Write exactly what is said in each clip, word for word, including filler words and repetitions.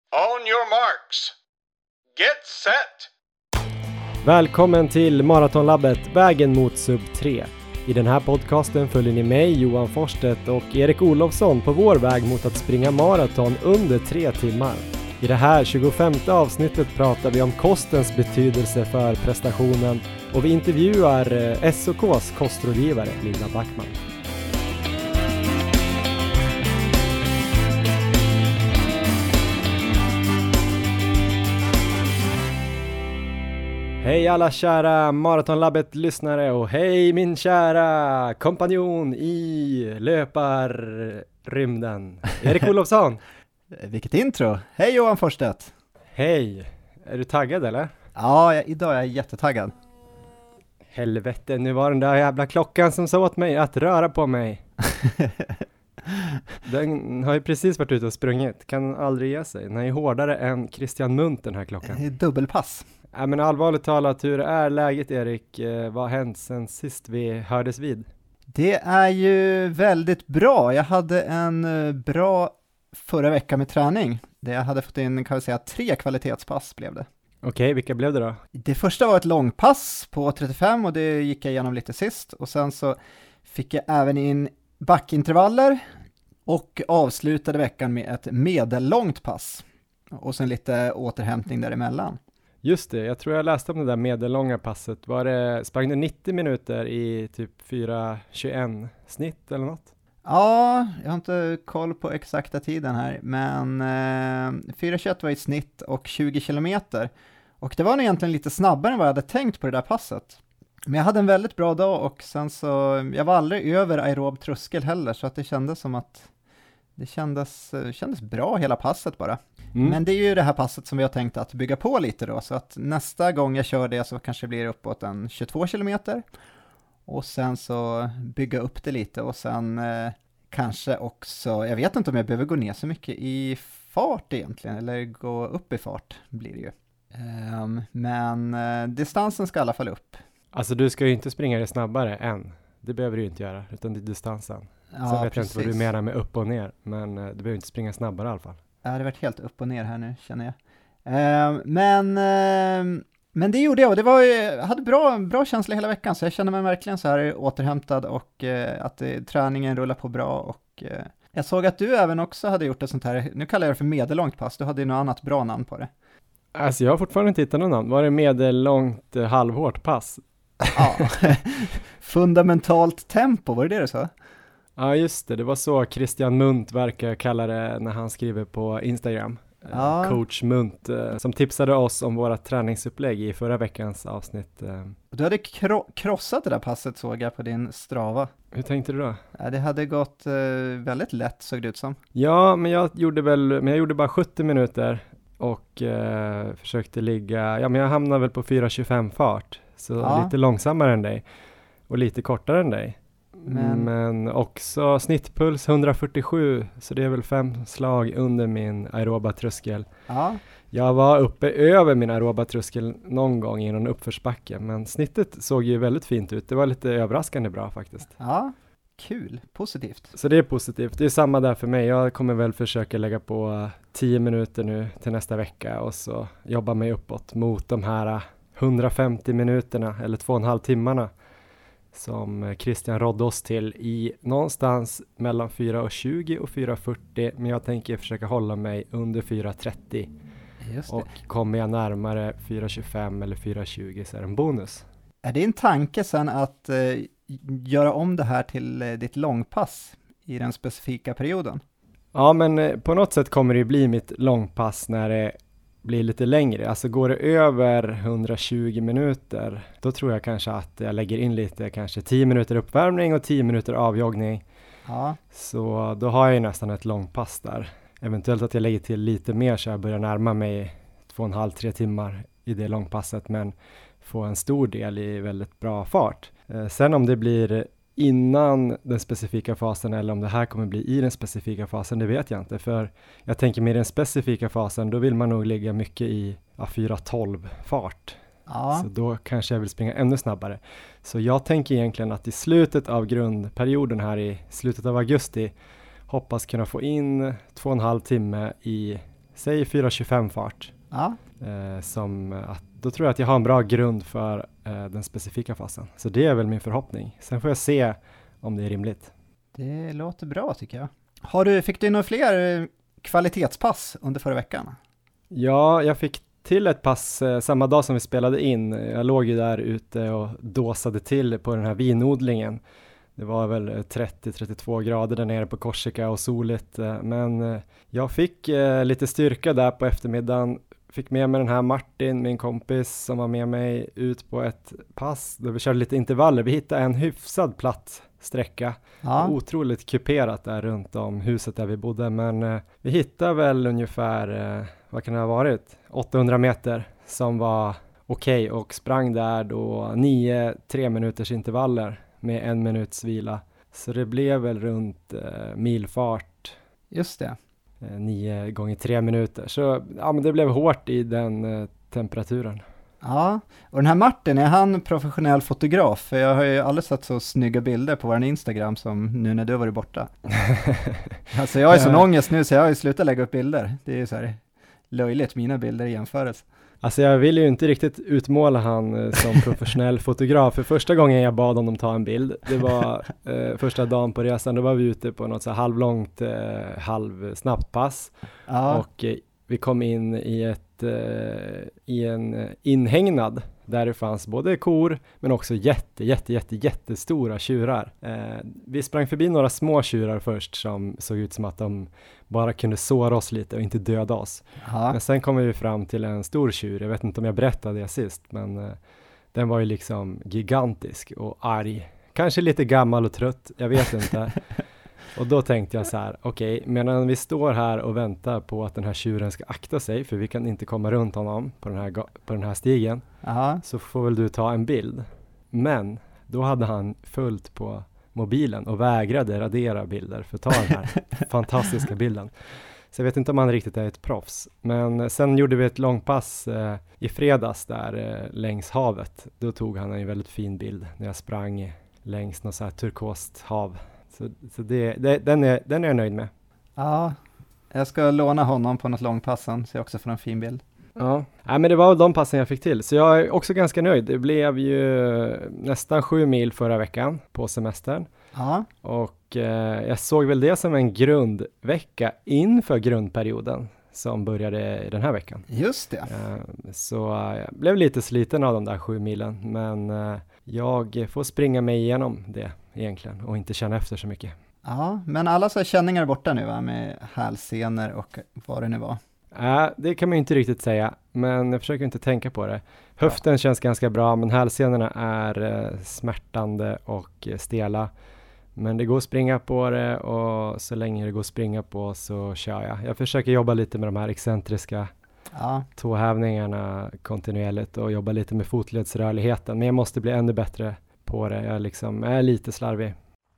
On your marks. Get set! Välkommen till Maratonlabbet, vägen mot sub tre. I den här podcasten följer ni mig, Johan Forsstedt och Erik Olofsson på vår väg mot att springa maraton under tre timmar. I det här tjugofemte avsnittet pratar vi om kostens betydelse för prestationen och vi intervjuar S O K:s kostrådgivare Linda Backman. Hej alla kära Maratonlabbet-lyssnare och hej min kära kompanjon i löparrymden, Erik Olofsson. Vilket intro! Hej Johan Forsstedt! Hej! Är du taggad eller? Ja, jag, idag är jag jättetaggad. Helvete, nu var den där jävla klockan som sa åt mig att röra på mig. Den har ju precis varit ute och sprungit, kan aldrig ge sig. Den är hårdare än Christian Munt den här klockan. Det är dubbelpass. Ja, men allvarligt talat, hur är läget Erik? Eh, vad har hänt sen sist vi hördes vid? Det är ju väldigt bra. Jag hade en bra förra veckan med träning. Det jag hade fått in, kan vi säga, tre kvalitetspass blev det. Okej, okay, vilka blev det då? Det första var ett långpass på trettiofem och det gick jag igenom lite sist. Och sen så fick jag även in backintervaller och avslutade veckan med ett medellångt pass. Och sen lite återhämtning däremellan. Just det, jag tror jag läste om det där medellånga passet. Var det, sprang du nittio minuter i typ fyra tjugoett snitt eller något? Ja, jag har inte koll på exakta tiden här, men eh, fyra tjugoett var i snitt och tjugo kilometer. Och det var nog egentligen lite snabbare än vad jag hade tänkt på det där passet. Men jag hade en väldigt bra dag och sen så, jag var aldrig över aerob tröskel heller, så att det kändes som att det kändes, kändes bra hela passet bara. Mm. Men det är ju det här passet som vi har tänkt att bygga på lite då, så att nästa gång jag kör det så kanske det blir uppåt en tjugotvå kilometer och sen så bygga upp det lite och sen eh, kanske också, jag vet inte om jag behöver gå ner så mycket i fart egentligen, eller gå upp i fart blir det ju. Um, men eh, distansen ska i alla fall upp. Alltså du ska ju inte springa det snabbare än, det behöver du ju inte göra, utan det är distansen. Ja, så vet precis. jag inte vad du menar med upp och ner, men eh, du behöver inte springa snabbare i alla fall. Ja, det har varit helt upp och ner här nu, känner jag. Uh, men, uh, men det gjorde jag och det var, jag hade bra, bra känsla hela veckan, så jag kände mig verkligen så här återhämtad och uh, att uh, träningen rullar på bra. Och uh, jag såg att du även också hade gjort ett sånt här, nu kallar jag det för medellångt pass, du hade ju något annat bra namn på det. Alltså jag har fortfarande inte hittat något namn, var det medellångt uh, halvhårt pass? Ja, fundamentalt tempo, var det det du sa? Ja just det, det var så Christian Munt verkar kalla det när han skriver på Instagram. Ja. Coach Munt eh, som tipsade oss om våra träningsupplägg i förra veckans avsnitt. Eh. Du hade kro- krossat det där passet, såg jag på din Strava. Hur tänkte du då? Ja, det hade gått eh, väldigt lätt, såg det ut som. Ja, men jag gjorde väl, men jag gjorde bara sjuttio minuter och eh, försökte ligga, ja men jag hamnade väl på fyra tjugofem fart. Så ja. Lite långsammare än dig och lite kortare än dig. Men... men också snittpuls hundrafyrtiosju, så det är väl fem slag under min aeroba tröskel. Ja. Jag var uppe över min aeroba tröskel någon gång i någon uppförsbacke, men snittet såg ju väldigt fint ut. Det var lite överraskande bra faktiskt. Ja, kul, positivt. Så det är positivt. Det är samma där för mig. Jag kommer väl försöka lägga på tio minuter nu till nästa vecka och så jobba mig uppåt mot de här hundrafemtio minuterna eller två och en halv timmarna som Christian rådde oss till i någonstans mellan fyra tjugo och fyra fyrtio, men jag tänker försöka hålla mig under fyra trettio. Just det. Och kommer jag närmare fyra tjugofem eller fyra tjugo så är det en bonus. Är det en tanke sen att eh, göra om det här till eh, ditt långpass i den specifika perioden? Ja, men eh, på något sätt kommer det ju bli mitt långpass när det blir lite längre. Alltså går det över hundratjugo minuter, då tror jag kanske att jag lägger in lite, kanske tio minuter uppvärmning och tio minuter avjoggning. Ja. Så då har jag ju nästan ett långpass där. Eventuellt att jag lägger till lite mer så jag börjar närma mig två och en halv, tre timmar i det långpasset, men få en stor del i väldigt bra fart. Eh, sen om det blir innan den specifika fasen eller om det här kommer bli i den specifika fasen, det vet jag inte. För jag tänker med den specifika fasen, då vill man nog ligga mycket i ja, fyra tolv fart. Ja. Så då kanske jag vill springa ännu snabbare. Så jag tänker egentligen att i slutet av grundperioden här i slutet av augusti hoppas kunna få in två och en halv timme i säg fyra tjugofem fart. Ja. Eh, som att, då tror jag att jag har en bra grund för eh, den specifika fasen. Så det är väl min förhoppning. Sen får jag se om det är rimligt. Det låter bra tycker jag. Har du, fick du några fler kvalitetspass under förra veckan? Ja, jag fick till ett pass eh, samma dag som vi spelade in. Jag låg ju där ute och dåsade till på den här vinodlingen. Det var väl trettio till trettiotvå grader där nere på Korsika och soligt. Eh, men eh, jag fick eh, lite styrka där på eftermiddagen. Fick med mig den här Martin, min kompis, som var med mig ut på ett pass där vi körde lite intervaller. Vi hittade en hyfsad platt sträcka. Ja. Otroligt kuperat där runt om huset där vi bodde. Men eh, vi hittade väl ungefär, eh, vad kan det ha varit? åttahundra meter som var okej okay, och sprang där då nio tre minuters intervaller med en minuts vila. Så det blev väl runt eh, milfart. Just det. nio gånger tre minuter. Så ja, men det blev hårt i den eh, temperaturen. Ja, och den här Martin, är han professionell fotograf? För jag har ju aldrig sett så snygga bilder på vår Instagram som nu när du har varit borta. Alltså jag är så ångest nu så jag har ju slutat lägga upp bilder. Det är ju så här löjligt, mina bilder i jämförelse. Alltså jag vill ju inte riktigt utmåla han eh, som professionell fotograf. För första gången jag bad honom ta en bild, det var eh, första dagen på resan. Då var vi ute på något så här halvlångt, eh, halvsnabbt pass. Ja. Och eh, vi kom in i, ett, eh, i en inhägnad där det fanns både kor men också jätte, jätte, jätte, jättestora tjurar. Eh, vi sprang förbi några små tjurar först som såg ut som att de bara kunde såra oss lite och inte döda oss. Ja. Men sen kom vi fram till en stor tjur. Jag vet inte om jag berättade det sist, men eh, den var ju liksom gigantisk och arg. Kanske lite gammal och trött, jag vet inte. Och då tänkte jag så här, okej, okay, medan vi står här och väntar på att den här tjuren ska akta sig, för vi kan inte komma runt honom på den här, på den här stigen, Aha. så får väl du ta en bild. Men då hade han fullt på mobilen och vägrade radera bilder för att ta den här fantastiska bilden. Så jag vet inte om han riktigt är ett proffs. Men sen gjorde vi ett långpass eh, i fredags där eh, längs havet. Då tog han en väldigt fin bild när jag sprang längs något så här turkost hav. Så, så det, det, den, är, den är jag nöjd med. Ja, jag ska låna honom på något långpassen så jag också får en fin bild. Ja, nej, men det var de passen jag fick till. Så jag är också ganska nöjd. Det blev ju nästan sju mil förra veckan på semestern. Ja. Och eh, jag såg väl det som en grundvecka inför grundperioden som började den här veckan. Just det. Eh, så eh, jag blev lite sliten av de där sju milen. Men eh, jag får springa mig igenom det egentligen och inte känna efter så mycket. Ja, men alla så känningar är borta nu va? Med hälsenor och vad det nu var. Nej, äh, det kan man ju inte riktigt säga, men jag försöker inte tänka på det. Höften ja. känns ganska bra, men hälsenorna är eh, smärtande och eh, stela. Men det går att springa på det och så länge det går att springa på så kör jag. Jag försöker jobba lite med de här excentriska ja. tåhävningarna kontinuerligt och jobba lite med fotledsrörligheten. Men jag måste bli ännu bättre på det. Jag, liksom, jag är lite slarvig.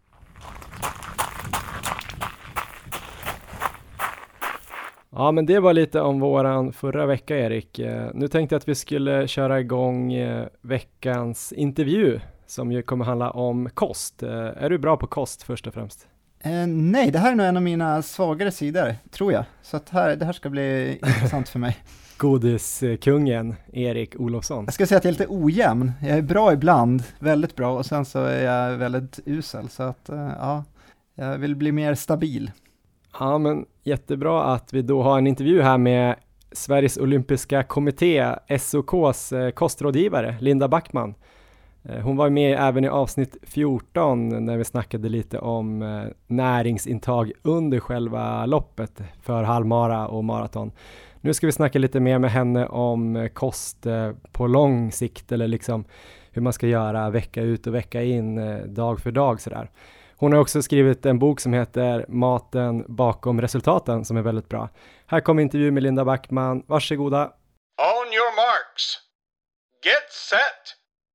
Ja, men det var lite om våran förra vecka, Erik. Nu tänkte jag att vi skulle köra igång veckans intervju som ju kommer handla om kost. Är du bra på kost först och främst? Eh, nej, det här är nog en av mina svagare sidor, tror jag. Så att här, det här ska bli intressant för mig. Godiskungen Erik Olofsson. Jag ska säga att jag är lite ojämn. Jag är bra ibland, väldigt bra, och sen så är jag väldigt usel. Så att, eh, ja, jag vill bli mer stabil. Ja, men jättebra att vi då har en intervju här med Sveriges olympiska kommitté, S O K:s eh, kostrådgivare, Linda Backman. Eh, hon var med även i avsnitt fjorton när vi snackade lite om eh, näringsintag under själva loppet för halvmara och maraton. Nu ska vi snacka lite mer med henne om eh, kost eh, på lång sikt, eller liksom hur man ska göra vecka ut och vecka in, eh, dag för dag sådär. Hon har också skrivit en bok som heter Maten bakom resultaten som är väldigt bra. Här kommer intervju med Linda Backman. Varsågoda. On your marks. Get set.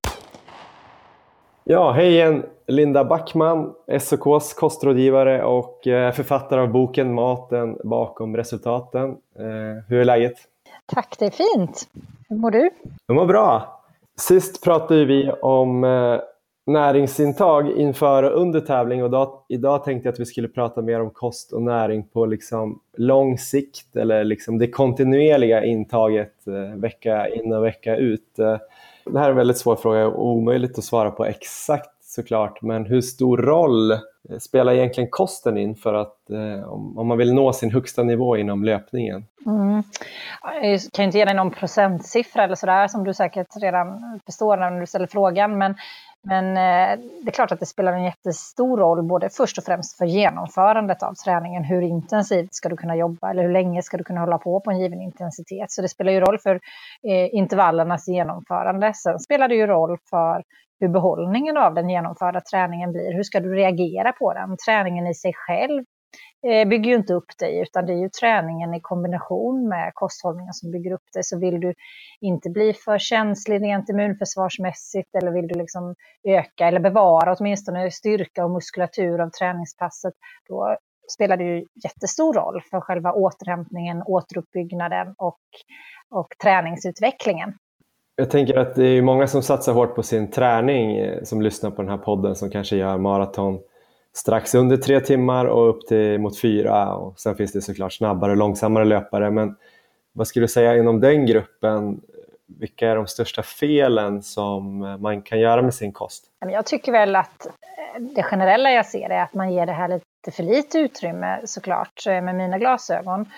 Ja, hej igen. Linda Backman, S O K:s kostrådgivare och författare av boken Maten bakom resultaten. Hur är läget? Tack, det är fint. Hur mår du? Jag mår bra. Sist pratade vi om näringsintag inför och under tävling, och då, idag tänkte jag att vi skulle prata mer om kost och näring på liksom lång sikt, eller liksom det kontinuerliga intaget eh, vecka in och vecka ut. Eh, det här är en väldigt svår fråga och omöjligt att svara på exakt såklart, men hur stor roll spelar egentligen kosten in för att eh, om, om man vill nå sin högsta nivå inom löpningen? Mm. Jag kan inte ge dig någon procentsiffra eller sådär som du säkert redan förstår när du ställer frågan, men Men det är klart att det spelar en jättestor roll, både först och främst för genomförandet av träningen. Hur intensivt ska du kunna jobba, eller hur länge ska du kunna hålla på på en given intensitet. Så det spelar ju roll för eh, intervallernas genomförande. Sen spelar det ju roll för hur behållningen av den genomförda träningen blir. Hur ska du reagera på den? Träningen i sig själv eh, bygger ju inte upp dig, utan det är ju träningen i kombination med kosthållningen som bygger upp dig. Så vill du inte bli för känslig rent immunförsvarsmässigt, eller vill du liksom öka eller bevara åtminstone styrka och muskulatur av träningspasset, då spelar det ju jättestor roll för själva återhämtningen, återuppbyggnaden och, och träningsutvecklingen. Jag tänker att det är många som satsar hårt på sin träning som lyssnar på den här podden, som kanske gör maraton strax under tre timmar och upp till mot fyra, och sen finns det såklart snabbare och långsammare löpare. Men vad skulle du säga inom den gruppen, vilka är de största felen som man kan göra med sin kost? Jag tycker väl att det generella jag ser är att man ger det här lite för lite utrymme, såklart, med mina glasögon.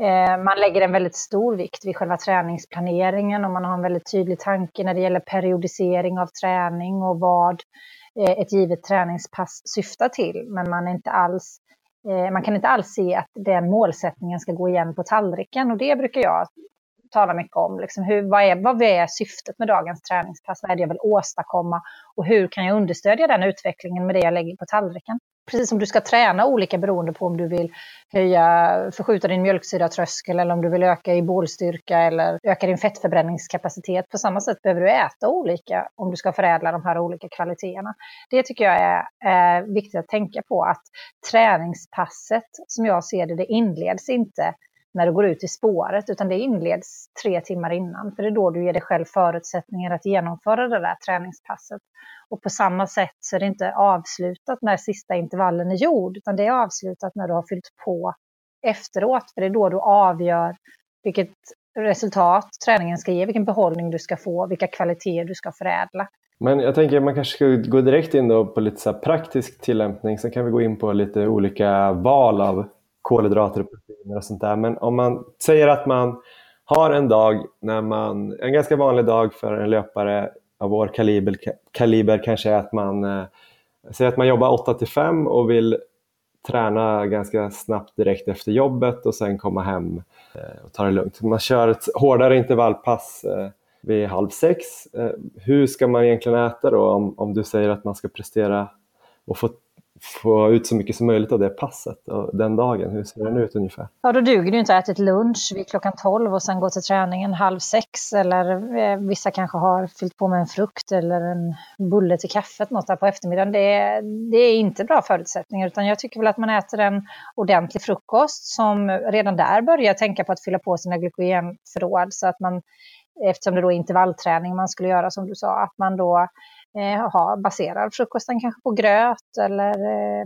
Man lägger en väldigt stor vikt vid själva träningsplaneringen, och man har en väldigt tydlig tanke när det gäller periodisering av träning och vad ett givet träningspass syftar till. Men man, är inte alls, man kan inte alls se att den målsättningen ska gå igen på tallriken, och det brukar jag tala mycket om. Liksom hur, vad, är, vad är syftet med dagens träningspass? Vad är det jag vill åstadkomma? Och hur kan jag understödja den utvecklingen med det jag lägger på tallriken? Precis som du ska träna olika beroende på om du vill höja, förskjuta din mjölksyratröskel, eller om du vill öka i bålstyrka eller öka din fettförbränningskapacitet. På samma sätt behöver du äta olika om du ska förädla de här olika kvaliteterna. Det tycker jag är, är viktigt att tänka på, att träningspasset, som jag ser det, det inleds inte när du går ut i spåret, utan det inleds tre timmar innan. För det är då du ger dig själv förutsättningar att genomföra det där träningspasset. Och på samma sätt så är det inte avslutat när sista intervallen är gjord, utan det är avslutat när du har fyllt på efteråt. För det är då du avgör vilket resultat träningen ska ge, vilken behållning du ska få, vilka kvaliteter du ska förädla. Men jag tänker att man kanske ska gå direkt in då på lite så här praktisk tillämpning. Sen kan vi gå in på lite olika val av kolhydrater och proteiner och sånt där. Men om man säger att man har en dag när man, en ganska vanlig dag för en löpare av vår kaliber, kaliber kanske är att man eh, säger att man jobbar åtta till fem och vill träna ganska snabbt direkt efter jobbet och sen komma hem eh, och ta det lugnt. Man kör ett hårdare intervallpass eh, vid halv sex. Eh, hur ska man egentligen äta då, om, om du säger att man ska prestera och få få ut så mycket som möjligt av det passet och den dagen? Hur ser den ut ungefär? Ja, då duger det inte att äta ett lunch vid klockan tolv och sen gå till träningen halv sex, eller eh, vissa kanske har fyllt på med en frukt eller en bulle till kaffet något där på eftermiddagen. Det är, det är inte bra förutsättningar, utan jag tycker väl att man äter en ordentlig frukost som redan där börjar tänka på att fylla på sina glykogenförråd, så att man, eftersom det då är intervallträning man skulle göra som du sa, att man då Eh, ha, baserar frukosten kanske på gröt eller eh,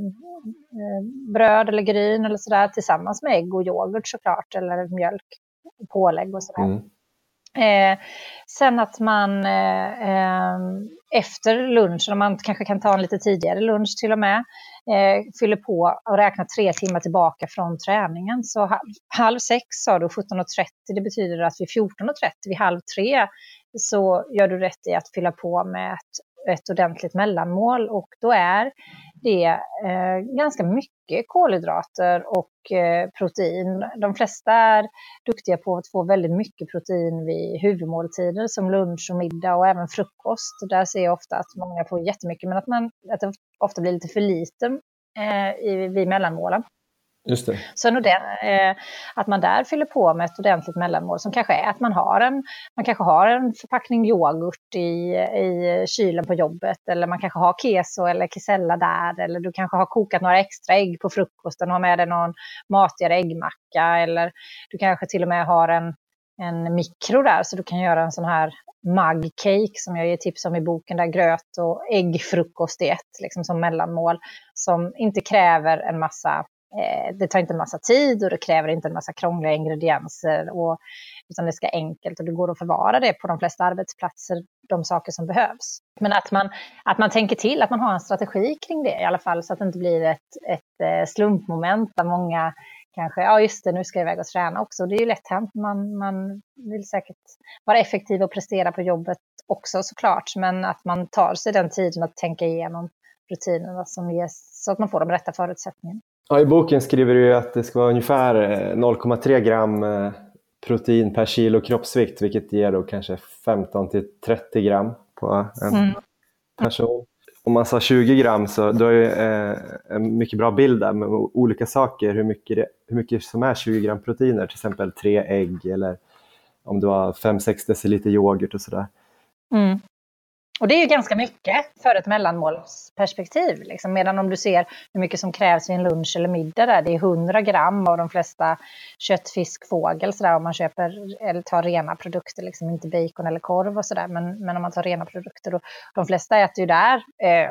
bröd eller gryn eller sådär, tillsammans med ägg och yoghurt såklart, eller mjölk, pålägg och sådär. Mm. Eh, sen att man eh, efter lunchen, om man kanske kan ta en lite tidigare lunch till och med, eh, fyller på och räknar tre timmar tillbaka från träningen. Så halv, halv sex sa du, sjutton och trettio, det betyder att vid fjorton och trettio, vid halv tre, så gör du rätt i att fylla på med ett ett ordentligt mellanmål, och då är det eh, ganska mycket kolhydrater och eh, protein. De flesta är duktiga på att få väldigt mycket protein vid huvudmåltider som lunch och middag och även frukost. Där ser jag ofta att många får jättemycket, men att, man, att det ofta blir lite för lite eh, i, vid mellanmålen. Just det. Så nog den, eh, att man där fyller på med ett ordentligt mellanmål som kanske är att man har en, man kanske har en förpackning yoghurt i, i kylen på jobbet, eller man kanske har keso eller kesella där, eller du kanske har kokat några extra ägg på frukosten och har med dig någon matigare äggmacka, eller du kanske till och med har en en mikro där, så du kan göra en sån här mug cake som jag ger tips om i boken, där gröt och äggfrukost är ett liksom som mellanmål som inte kräver en massa, eh, det tar inte en massa tid och det kräver inte en massa krångliga ingredienser, och, utan det ska enkelt och det går att förvara det på de flesta arbetsplatser, de saker som behövs. Men att man, att man tänker till, att man har en strategi kring det i alla fall, så att det inte blir ett, ett slumpmoment där många kanske, ja just det, nu ska jag iväg och träna också. Det är ju lätt hänt, man, man vill säkert vara effektiv och prestera på jobbet också såklart, men att man tar sig den tiden att tänka igenom rutinerna som ges, så att man får de rätta förutsättningarna. Ja, i boken skriver du ju att det ska vara ungefär noll komma tre gram protein per kilo kroppsvikt, vilket ger då kanske femton till trettio gram på en mm. person. Om man sa tjugo gram, så då är det eh, en mycket bra bild där med olika saker, hur mycket, det, hur mycket som är tjugo gram proteiner, till exempel tre ägg eller om du har fem sex deciliter yoghurt och sådär. Mm. Och det är ju ganska mycket för ett mellanmålsperspektiv. Liksom. Medan om du ser hur mycket som krävs vid en lunch eller middag där, det är hundra gram av de flesta kött, fisk, fågel. Så där, om man köper eller tar rena produkter, liksom inte bacon eller korv och sådär. Men, men om man tar rena produkter, och de flesta äter ju där eh,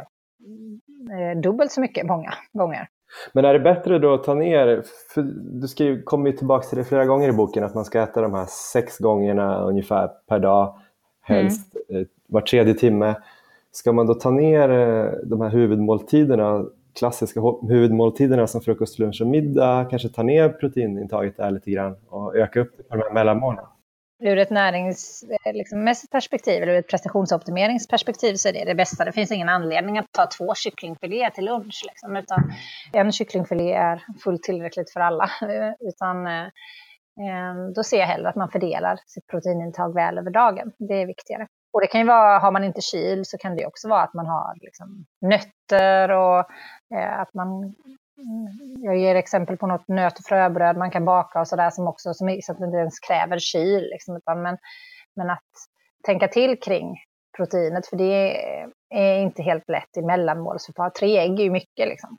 eh, dubbelt så mycket många gånger. Men är det bättre då att ta ner, för du skriver, kommer ju tillbaka till det flera gånger i boken, att man ska äta de här sex gångerna ungefär per dag, helst mm. var tredje timme. Ska man då ta ner de här huvudmåltiderna, klassiska huvudmåltiderna som frukost, lunch och middag, kanske ta ner proteinintaget där lite grann och öka upp det på de här mellanmålen? Ur ett näringsmässigt liksom, perspektiv eller ur ett prestationsoptimeringsperspektiv så är det det bästa. Det finns ingen anledning att ta två kycklingfiléer till lunch. Liksom, utan en kycklingfilé är fullt tillräckligt för alla. Utan eh, då ser jag hellre att man fördelar sitt proteinintag väl över dagen. Det är viktigare. Och det kan ju vara, har man inte kyl så kan det också vara att man har liksom, nötter och eh, att man... Jag ger exempel på något nöt- och fröbröd man kan baka och sådär som också som så att det inte ens kräver kyl. Liksom, utan, men, men att tänka till kring proteinet, för det är inte helt lätt i mellanmålsförfall. Tre ägg är ju mycket liksom.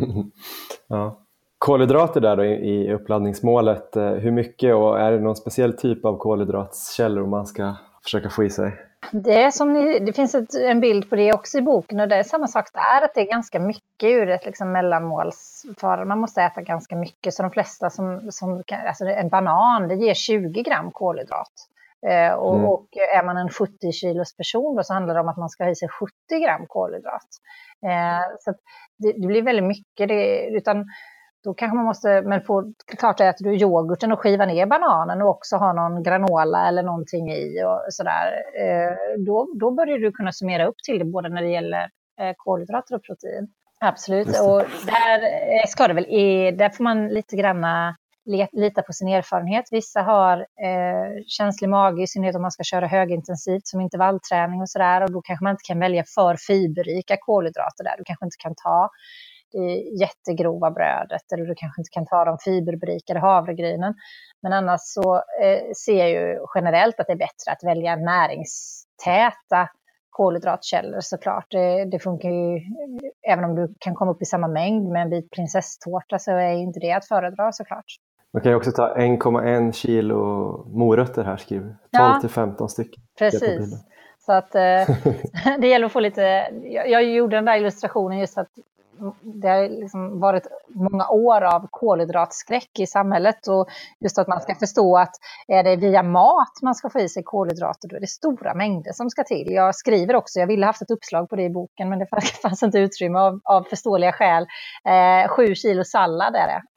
Ja. Kolhydrater där då i uppladdningsmålet, hur mycket, och är det någon speciell typ av kolhydratkällor man ska försöka få i sig? Det, är som ni, det finns ett, en bild på det också i boken, och det är samma sak där, att det är ganska mycket ur ett liksom mellanmålsförfall. Man måste äta ganska mycket, så de flesta som, som alltså en banan, det ger tjugo gram kolhydrat. Eh, och, mm. och är man en sjuttio kilos person då, så handlar det om att man ska ha i sig sjuttio gram kolhydrat. Eh, så att det, det blir väldigt mycket, det, utan då kanske man måste, men får, klart äter du yoghurten och skiva ner bananen och också ha någon granola eller någonting i och sådär, eh, då, då börjar du kunna summera upp till det både när det gäller eh, kolhydrater och protein. Absolut, och där ska det väl, där får man lite granna lita på sin erfarenhet. Vissa har eh, känslig mage, i synnerhet om man ska köra högintensivt som intervallträning och sådär, och då kanske man inte kan välja för fiberrika kolhydrater där. Du kanske inte kan ta det jättegrova brödet, eller du kanske inte kan ta de fiberberikade havregrynen. Men annars så eh, ser jag ju generellt att det är bättre att välja näringstäta kolhydratkällor såklart. Det, det funkar ju, även om du kan komma upp i samma mängd med en bit prinsesstårta, så är inte det att föredra såklart. Man kan ju också ta en komma en kilo morötter här, skriver tolv till femton stycken. Precis. Så att eh, det gäller att få lite, jag, jag gjorde den där illustrationen just för att det har liksom varit många år av kolhydratskräck i samhället, och just att man ska förstå att är det via mat man ska få i sig kolhydrater, då är det stora mängder som ska till. Jag skriver också, jag ville haft ett uppslag på det i boken, men det fanns inte utrymme av, av förståeliga skäl. Eh, sju kilo sallad är det.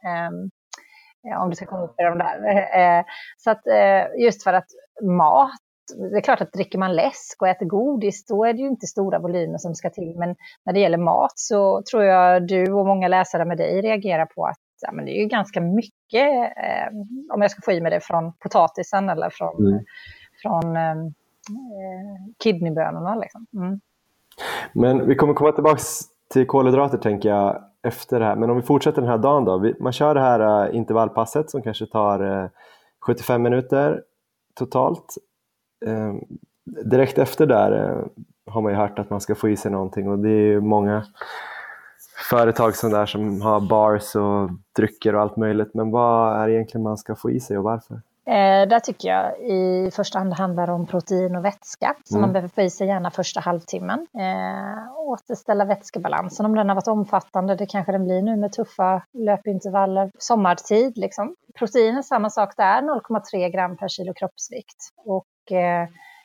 Eh, om du ska komma upp i de där. Eh, så att eh, just för att mat, det är klart att dricker man läsk och äter godis, då är det ju inte stora volymer som ska till. Men när det gäller mat så tror jag du och många läsare med dig reagerar på att ja, men det är ju ganska mycket, eh, om jag ska få i mig det från potatisen eller från, mm. från eh, kidneybönorna. Liksom. Mm. Men vi kommer komma tillbaka till kolhydrater tänker jag efter det här. Men om vi fortsätter den här dagen då. Vi, man kör det här uh, intervallpasset som kanske tar uh, sjuttiofem minuter totalt. Eh, direkt efter där eh, har man ju hört att man ska få i sig någonting, och det är ju många företag som där som har bars och drycker och allt möjligt, men vad är egentligen man ska få i sig och varför? Eh, där tycker jag i första hand handlar om protein och vätska. Så mm. man behöver få i sig gärna första halvtimmen. Eh, återställa vätskebalansen om den har varit omfattande. Det kanske den blir nu med tuffa löpintervaller. Sommartid liksom. Protein är samma sak där, noll komma tre gram per kilo kroppsvikt. Och eh,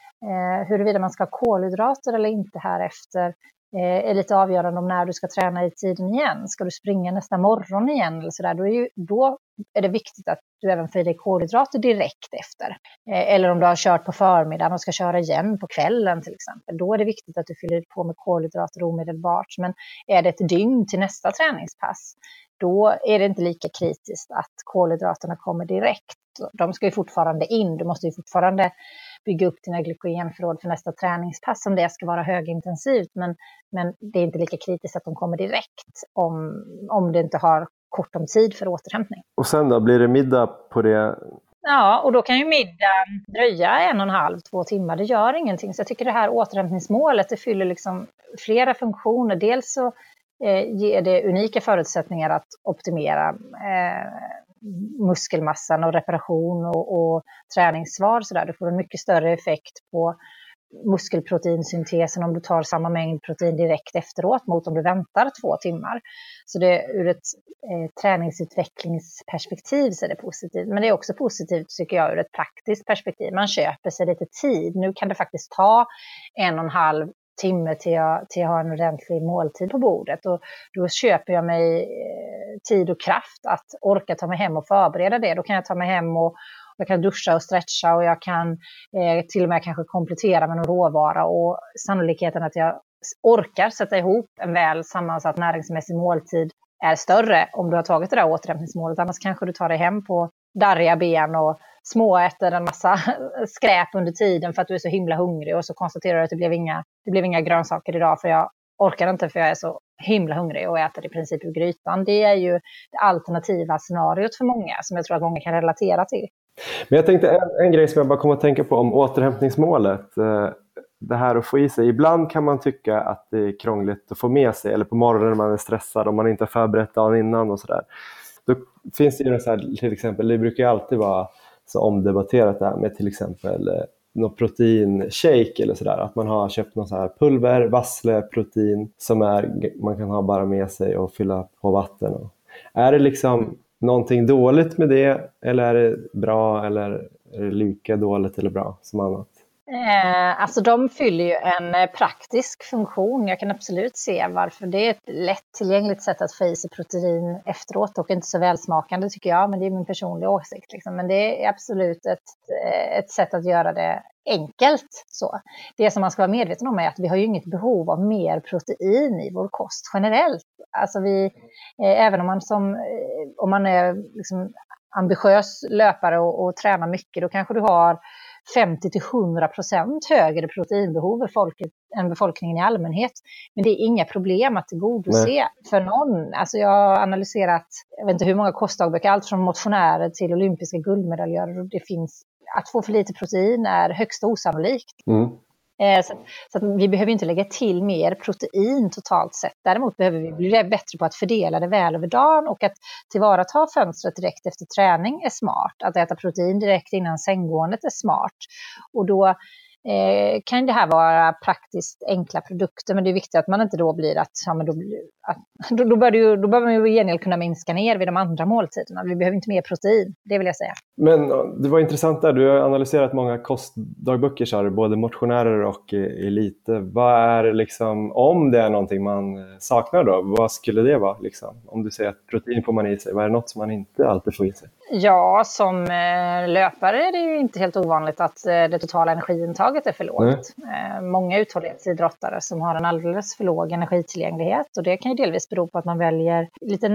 eh, huruvida man ska ha kolhydrater eller inte här efter är lite avgörande om när du ska träna i tiden igen. Ska du springa nästa morgon igen eller sådär, då är, ju, då är det viktigt att du även får i dig kolhydrater direkt efter. Eller om du har kört på förmiddagen och ska köra igen på kvällen till exempel. Då är det viktigt att du fyller på med kolhydrater omedelbart. Men är det ett dygn till nästa träningspass, då är det inte lika kritiskt att kolhydraterna kommer direkt. De ska ju fortfarande in. Du måste ju fortfarande bygga upp dina glykogenförråd för nästa träningspass om det ska vara högintensivt. Men, men det är inte lika kritiskt att de kommer direkt om, om det inte har kort om tid för återhämtning. Och sen då, blir det middag på det? Ja, och då kan ju middagen dröja en och en halv, två timmar. Det gör ingenting. Så jag tycker det här återhämtningsmålet, det fyller liksom flera funktioner. Dels så eh, ger det unika förutsättningar att optimera eh, muskelmassan och reparation och, och träningssvar. Så där. Du får en mycket större effekt på muskelproteinsyntesen om du tar samma mängd protein direkt efteråt mot om du väntar två timmar. Så det, ur ett eh, träningsutvecklingsperspektiv så är det positivt. Men det är också positivt tycker jag ur ett praktiskt perspektiv. Man köper sig lite tid. Nu kan det faktiskt ta en och en halv timme till jag, till jag har en ordentlig måltid på bordet. Och då köper jag mig eh, tid och kraft att orka ta mig hem och förbereda det. Då kan jag ta mig hem och jag kan duscha och stretcha och jag kan eh, till och med kanske komplettera med någon råvara. Och sannolikheten att jag orkar sätta ihop en väl sammansatt näringsmässig måltid är större om du har tagit det där återhämtningsmålet. Annars kanske du tar dig hem på darriga ben och småäter en massa skräp under tiden för att du är så himla hungrig. Och så konstaterar du att det blev inga, det blev inga grönsaker idag för jag orkar inte för jag är så himla hungrig och äter i princip ur grytan. Det är ju det alternativa scenariot för många som jag tror att många kan relatera till. Men jag tänkte en, en grej som jag bara kommer att tänka på om återhämtningsmålet. Det här att få i sig. Ibland kan man tycka att det är krångligt att få med sig. Eller på morgonen när man är stressad om man inte har förberett dagen innan och sådär. Då finns det ju så här, till exempel, det brukar ju alltid vara så omdebatterat där med till exempel eh, någon proteinshake eller sådär. Att man har köpt någon så här pulver, vassleprotein som är, man kan ha bara med sig och fylla på vatten. Och, är det liksom någonting dåligt med det eller är det bra eller är det lika dåligt eller bra som annat? Eh, alltså de fyller ju en praktisk funktion. Jag kan absolut se varför. Det är ett lättillgängligt sätt att få i sig protein efteråt och inte så välsmakande tycker jag, men det är min personliga åsikt liksom. Men det är absolut ett, ett sätt att göra det enkelt så. Det som man ska vara medveten om är att vi har ju inget behov av mer protein i vår kost generellt. Alltså vi, eh, även om man som eh, om man är liksom ambitiös löpare och, och tränar mycket, då kanske du har femtio till hundra procent högre proteinbehov än, folket, än befolkningen i allmänhet. Men det är inga problem att tillgodose Nej. För någon. Alltså jag har analyserat, jag vet inte hur många kostdagböcker, allt från motionärer till olympiska guldmedaljörer. Det finns, att få för lite protein är högst osannolikt. Mm. Så, så att vi behöver inte lägga till mer protein totalt sett. Däremot behöver vi bli bättre på att fördela det väl över dagen och att tillvarata fönstret direkt efter träning är smart. Att äta protein direkt innan sänggåendet är smart. Och då eh, kan det här vara praktiskt enkla produkter, men det är viktigt att man inte då blir att, ja, men då, att då, då, bör du, då bör man ju gengäld kunna minska ner vid de andra måltiderna. Vi behöver inte mer protein, det vill jag säga. Men det var intressant där, du har analyserat många kostdagböcker, så både motionärer och elite. Vad är liksom, om det är någonting man saknar då, vad skulle det vara liksom? Om du säger att protein får man i sig, vad är det något som man inte alltid får i sig? Ja, som löpare är det ju inte helt ovanligt att det totala energiintaget är för lågt. Mm. Många uthållighetsidrottare som har en alldeles för låg energitillgänglighet, och det kan ju delvis bero på att man väljer lite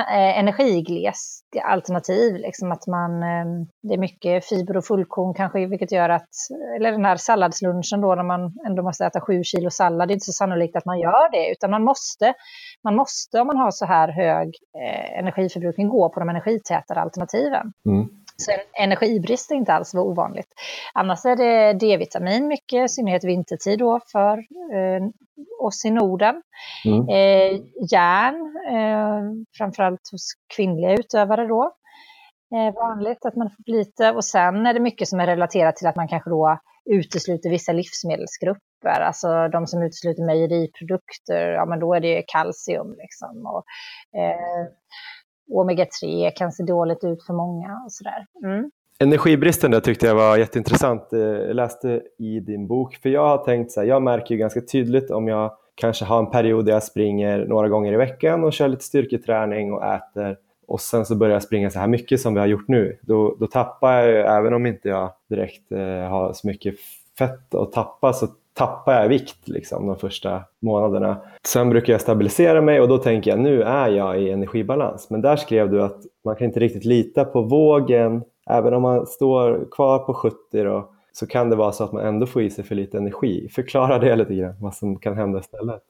energigles alternativ, liksom att man, det är mycket fiber och fullkorn kanske, vilket gör att, eller den här salladslunchen då när man ändå måste äta sju kilo sallad, det är inte så sannolikt att man gör det, utan man måste, man måste om man har så här hög eh, energiförbrukning gå på de energitätare alternativen. Mm. Så en energibrist är inte alls var ovanligt. Annars är det D-vitamin mycket, i synnerhet vintertid då för eh, oss i Norden. Mm. Eh, järn, eh, framförallt hos kvinnliga utövare då. eh, vanligt att man får för lite. Och sen är det mycket som är relaterat till att man kanske då utesluter vissa livsmedelsgrupper. Alltså de som utesluter mejeriprodukter, ja men då är det kalcium liksom. Och, eh, omega tre kan se dåligt ut för många och sådär. Mm. Energibristen där tyckte jag var jätteintressant. Jag läste i din bok, för jag har tänkt så här, jag märker ju ganska tydligt om jag kanske har en period där jag springer några gånger i veckan och kör lite styrketräning och äter, och sen så börjar jag springa så här mycket som vi har gjort nu. Då, då tappar jag ju, även om inte jag direkt eh, har så mycket fett att tappa, så tappar jag vikt liksom de första månaderna. Sen brukar jag stabilisera mig och då tänker jag, nu är jag i energibalans. Men där skrev du att man kan inte riktigt lita på vågen. Även om man står kvar på sjuttio då, så kan det vara så att man ändå får i sig för lite energi. Förklara det lite grann, vad som kan hända istället.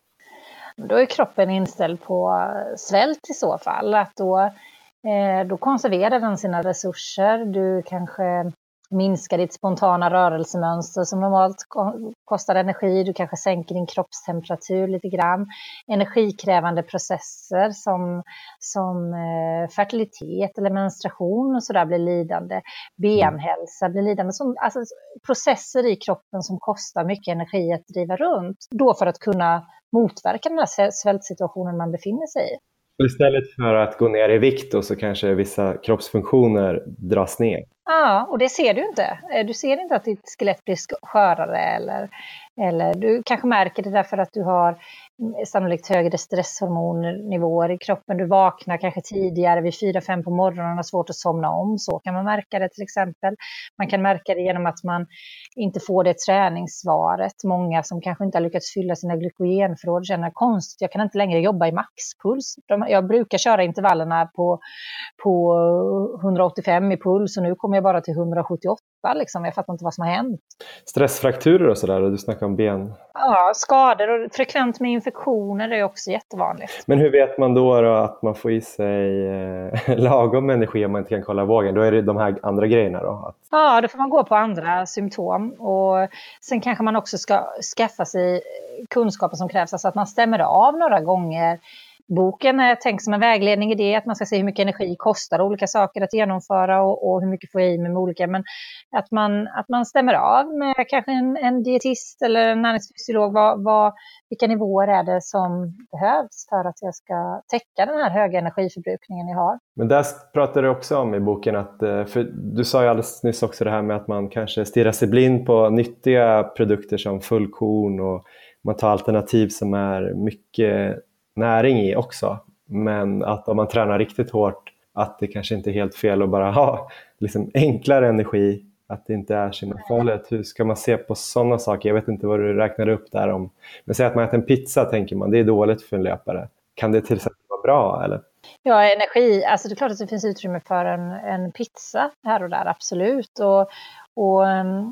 Då är kroppen inställd på svält i så fall. Att då, eh, då konserverar den sina resurser. Du kanske minskar ditt spontana rörelsemönster som normalt kostar energi. Du kanske sänker din kroppstemperatur lite grann. Energikrävande processer som, som eh, fertilitet eller menstruation och sådär blir lidande. Benhälsa blir lidande. Som, alltså, processer i kroppen som kostar mycket energi att driva runt. Då för att kunna motverka den här svältsituationen man befinner sig i. Istället för att gå ner i vikt och så kanske vissa kroppsfunktioner dras ner. Ja, och det ser du inte. Du ser inte att ditt skelett blir skörare eller, eller du kanske märker det därför att du har sannolikt högre stresshormonnivåer i kroppen. Du vaknar kanske tidigare vid fyra fem på morgonen och har svårt att somna om. Så kan man märka det till exempel. Man kan märka det genom att man inte får det träningssvaret. Många som kanske inte har lyckats fylla sina glykogenförråd känner konstigt. Jag kan inte längre jobba i maxpuls. Jag brukar köra intervallerna på, på hundraåttiofem i puls och nu kommer jag bara till hundrasjuttioåtta. Liksom. Jag fattar inte vad som har hänt. Stressfrakturer och sådär, och du snackar om ben. Ja, skador och frekvent med infektioner är också jättevanligt. Men hur vet man då, då att man får i sig eh, lagom energi om man inte kan kolla vågen? Då är det de här andra grejerna då? Att... Ja, då får man gå på andra symptom. Och sen kanske man också ska skaffa sig kunskapen som krävs. Alltså att man stämmer av några gånger. Boken är tänkt som en vägledning i det, att man ska se hur mycket energi kostar olika saker att genomföra och, och hur mycket får jag i med olika. Men att man, att man stämmer av med kanske en, en dietist eller en näringsfysiolog. Vad, vad, vilka nivåer är det som behövs för att jag ska täcka den här höga energiförbrukningen jag har. Men där pratar du också om i boken att, för du sa ju alldeles nyss också det här med att man kanske stirrar sig blind på nyttiga produkter som fullkorn och man tar alternativ som är mycket näring i också, men att om man tränar riktigt hårt att det kanske inte är helt fel att bara ha liksom enklare energi, att det inte är så farligt. Hur ska man se på sådana saker? Jag vet inte vad du räknade upp där om, men säg att man äter en pizza, tänker man, det är dåligt för en löpare. Kan det till exempel vara bra eller? Ja, energi, alltså det är klart att det finns utrymme för en, en pizza här och där, absolut. Och, och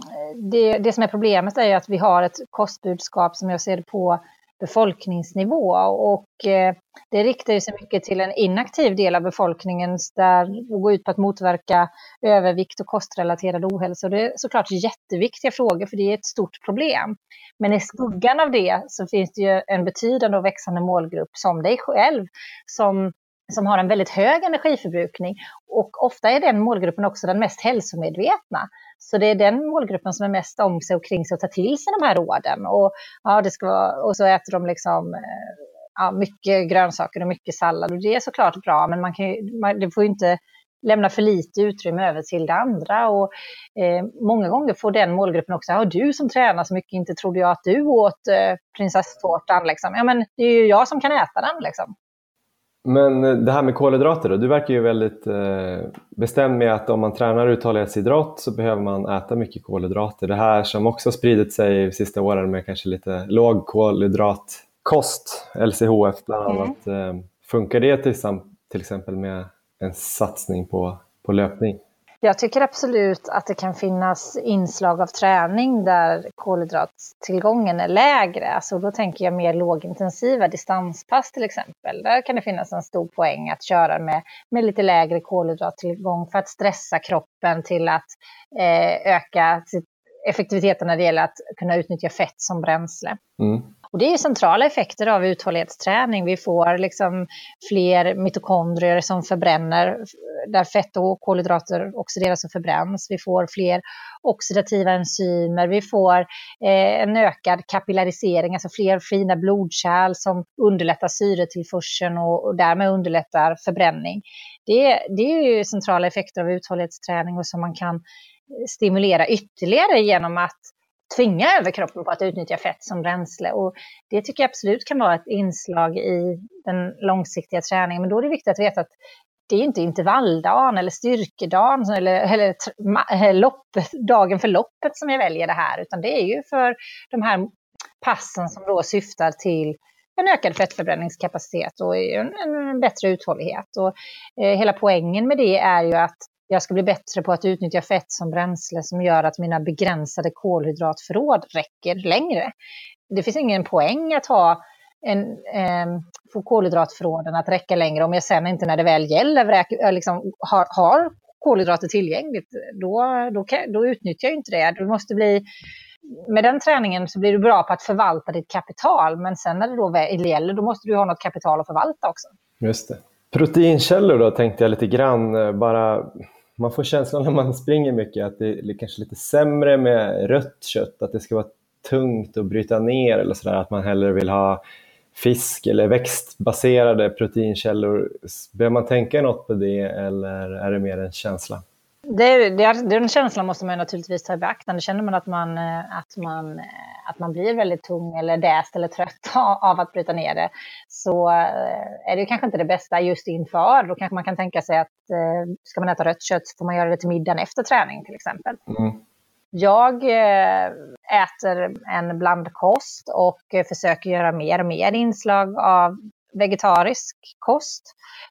det, det som är problemet är ju att vi har ett kostbudskap som jag ser det på befolkningsnivå och eh, det riktar ju sig mycket till en inaktiv del av befolkningen där det går ut på att motverka övervikt och kostrelaterad ohälsa. Och det är såklart jätteviktiga frågor för det är ett stort problem. Men i skuggan av det så finns det ju en betydande och växande målgrupp som dig själv som, som har en väldigt hög energiförbrukning och ofta är den målgruppen också den mest hälsomedvetna. Så det är den målgruppen som är mest om sig och kring sig och tar till sig de här råden. Och, ja, det ska vara, och så äter de liksom, ja, mycket grönsaker och mycket sallad. Och det är såklart bra, men man kan ju, man, det får ju inte lämna för lite utrymme över till det andra. Och, eh, många gånger får den målgruppen också, ja, du som tränar så mycket, inte trodde jag att du åt eh, prinsesstårtan. Liksom. Ja, men det är ju jag som kan äta den liksom. Men det här med kolhydrater då, du verkar ju väldigt eh, bestämd med att om man tränar uthållighetsidrott så behöver man äta mycket kolhydrater. Det här som också spridit sig de sista åren med kanske lite låg kolhydratkost, L C H F bland annat. Mm. Eh, funkar det till, till exempel med en satsning på, på löpning? Jag tycker absolut att det kan finnas inslag av träning där kolhydratstillgången är lägre. Alltså då tänker jag mer lågintensiva distanspass till exempel. Där kan det finnas en stor poäng att köra med, med lite lägre kolhydrattillgång för att stressa kroppen till att eh, öka sitt effektiviteten när det gäller att kunna utnyttja fett som bränsle. Mm. Och det är centrala effekter av uthållighetsträning. Vi får liksom fler mitokondrier som förbränner, där fett och kolhydrater oxideras och förbränns. Vi får fler oxidativa enzymer. Vi får eh, en ökad kapillarisering, alltså fler fina blodkärl som underlättar syretillförseln och, och därmed underlättar förbränning. Det, det är ju centrala effekter av uthållighetsträning och som man kan stimulera ytterligare genom att tvinga överkroppen på att utnyttja fett som bränsle. Och det tycker jag absolut kan vara ett inslag i den långsiktiga träningen. Men då är det viktigt att veta att det är inte intervalldagen eller styrkedagen eller, eller loppet, dagen för loppet som jag väljer det här. Utan det är ju för de här passen som då syftar till en ökad fettförbränningskapacitet och en, en bättre uthållighet. Och eh, hela poängen med det är ju att jag ska bli bättre på att utnyttja fett som bränsle som gör att mina begränsade kolhydratförråd räcker längre. Det finns ingen poäng att ha en, eh, få kolhydratförråden att räcka längre om jag sen inte när det väl gäller räk, liksom, har, har kolhydrater tillgängligt. Då, då, kan, då utnyttjar jag inte det. Du måste bli, med den träningen så blir du bra på att förvalta ditt kapital, men sen när det då väl gäller då måste du ha något kapital att förvalta också. Just det. Proteinkällor då tänkte jag lite grann, bara man får känslan när man springer mycket att det är kanske lite sämre med rött kött, att det ska vara tungt att bryta ner eller sådär, att man hellre vill ha fisk eller växtbaserade proteinkällor. Bör man tänka något på det eller är det mer en känsla? Det, det, den känslan måste man naturligtvis ta i beaktande. Känner man att man, att, man, att man blir väldigt tung eller däst eller trött av att bryta ner det, så är det kanske inte det bästa just inför. Då kanske man kan tänka sig att ska man äta rött kött så får man göra det till middagen efter träning till exempel. Mm. Jag äter en blandkost och försöker göra mer och mer inslag av vegetarisk kost.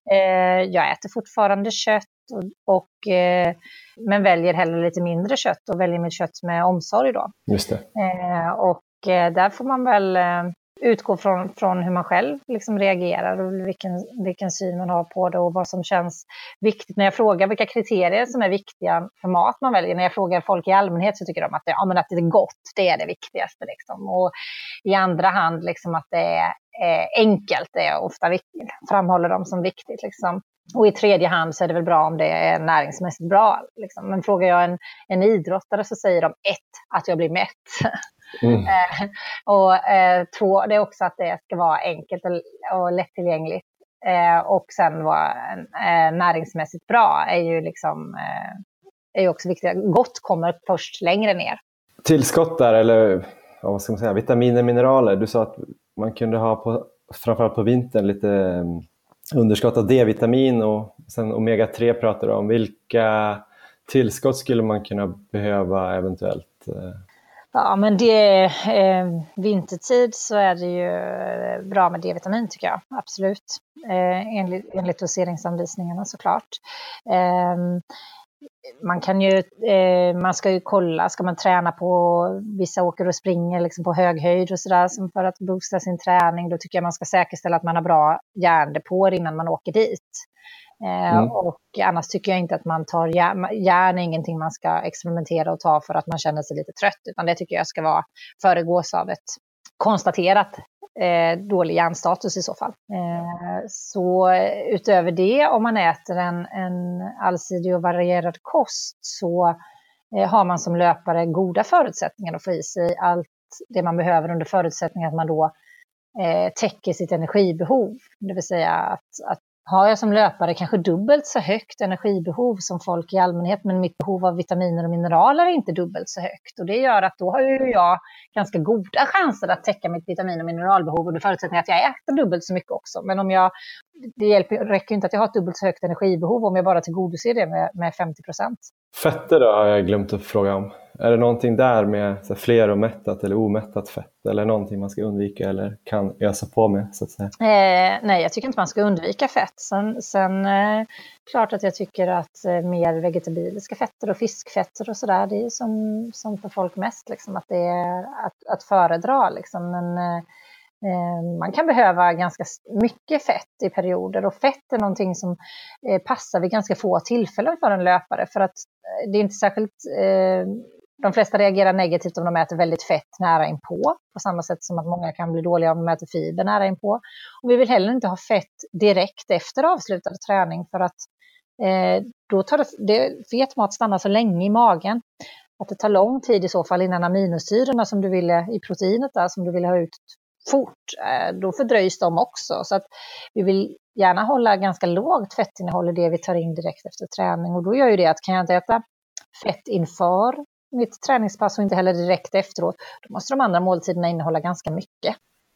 Jag äter fortfarande kött och, och, men väljer hellre lite mindre kött och väljer mitt kött med omsorg då. Just det. Och där får man väl utgå från, från hur man själv liksom reagerar och vilken, vilken syn man har på det och vad som känns viktigt. När jag frågar vilka kriterier som är viktiga för mat man väljer, när jag frågar folk i allmänhet så tycker de att det, ja, men att det är gott, det är det viktigaste. Liksom. Och i andra hand liksom att det är eh, enkelt, det är ofta viktigt, framhåller de som viktigt. Liksom. Och i tredje hand så är det väl bra om det är näringsmässigt bra. Liksom. Men frågar jag en, en idrottare så säger de ett, att jag blir mätt. Mm. eh, och eh, två, det är också att det ska vara enkelt och, och lättillgängligt. Eh, och sen vara eh, näringsmässigt bra är ju liksom eh, är ju också viktigt. Gott kommer först längre ner. Tillskott där, eller vad ska man säga, vitaminer, mineraler. Du sa att man kunde ha på, framförallt på vintern lite underskott av D-vitamin och sen omega tre pratar du om. Vilka tillskott skulle man kunna behöva eventuellt? Ja, men det eh, vintertid så är det ju bra med D-vitamin tycker jag, absolut. Eh, enligt, enligt doseringsanvisningarna såklart. Eh, man kan ju, eh, man ska ju kolla, ska man träna på, vissa åker och springer liksom på hög höjd och sådär för att boosta sin träning, då tycker jag man ska säkerställa att man har bra järndepåer innan man åker dit. Mm. Och annars tycker jag inte att man tar järn, järn är ingenting man ska experimentera och ta för att man känner sig lite trött, utan det tycker jag ska vara föregås av ett konstaterat eh, dålig järnstatus i så fall. Eh, så utöver det, om man äter en, en allsidig och varierad kost så eh, har man som löpare goda förutsättningar att få i sig allt det man behöver under förutsättning att man då eh, täcker sitt energibehov. Det vill säga att, att har jag som löpare kanske dubbelt så högt energibehov som folk i allmänhet, men mitt behov av vitaminer och mineraler är inte dubbelt så högt. Och det gör att då har ju jag ganska goda chanser att täcka mitt vitamin- och mineralbehov under förutsättning att jag äter dubbelt så mycket också. Men om jag, det hjälper, räcker inte att jag har ett dubbelt så högt energibehov om jag bara tillgodoser det med, med femtio procent. Fetter då har jag glömt att fråga om. Är det någonting där med så fler och mättat eller omättat fett? Eller någonting man ska undvika eller kan ösa på med så att säga? Eh, nej, jag tycker inte man ska undvika fett. Sen, sen eh, klart att jag tycker att eh, mer vegetabiliska fetter och fiskfetter och sådär, det är som, som för folk mest liksom, att det är att, att föredra liksom. Men eh, man kan behöva ganska mycket fett i perioder, och fett är någonting som passar vid ganska få tillfällen för en löpare, för att det är inte särskilt De flesta reagerar negativt om de äter väldigt fett nära inpå, på samma sätt som att många kan bli dåliga om de äter fiber nära inpå. Och vi vill heller inte ha fett direkt efter avslutad träning, för att eh, då tar det, det fetmat stannar så länge i magen att det tar lång tid i så fall innan aminosyrorna som du ville i proteinet där, som du vill ha ut fort, eh, då fördröjs de också. Så att vi vill gärna hålla ganska lågt fettinnehåll i det vi tar in direkt efter träning, och då gör ju det att kan jag inte äta fett inför mitt träningspass och inte heller direkt efteråt, då måste de andra måltiderna innehålla ganska mycket.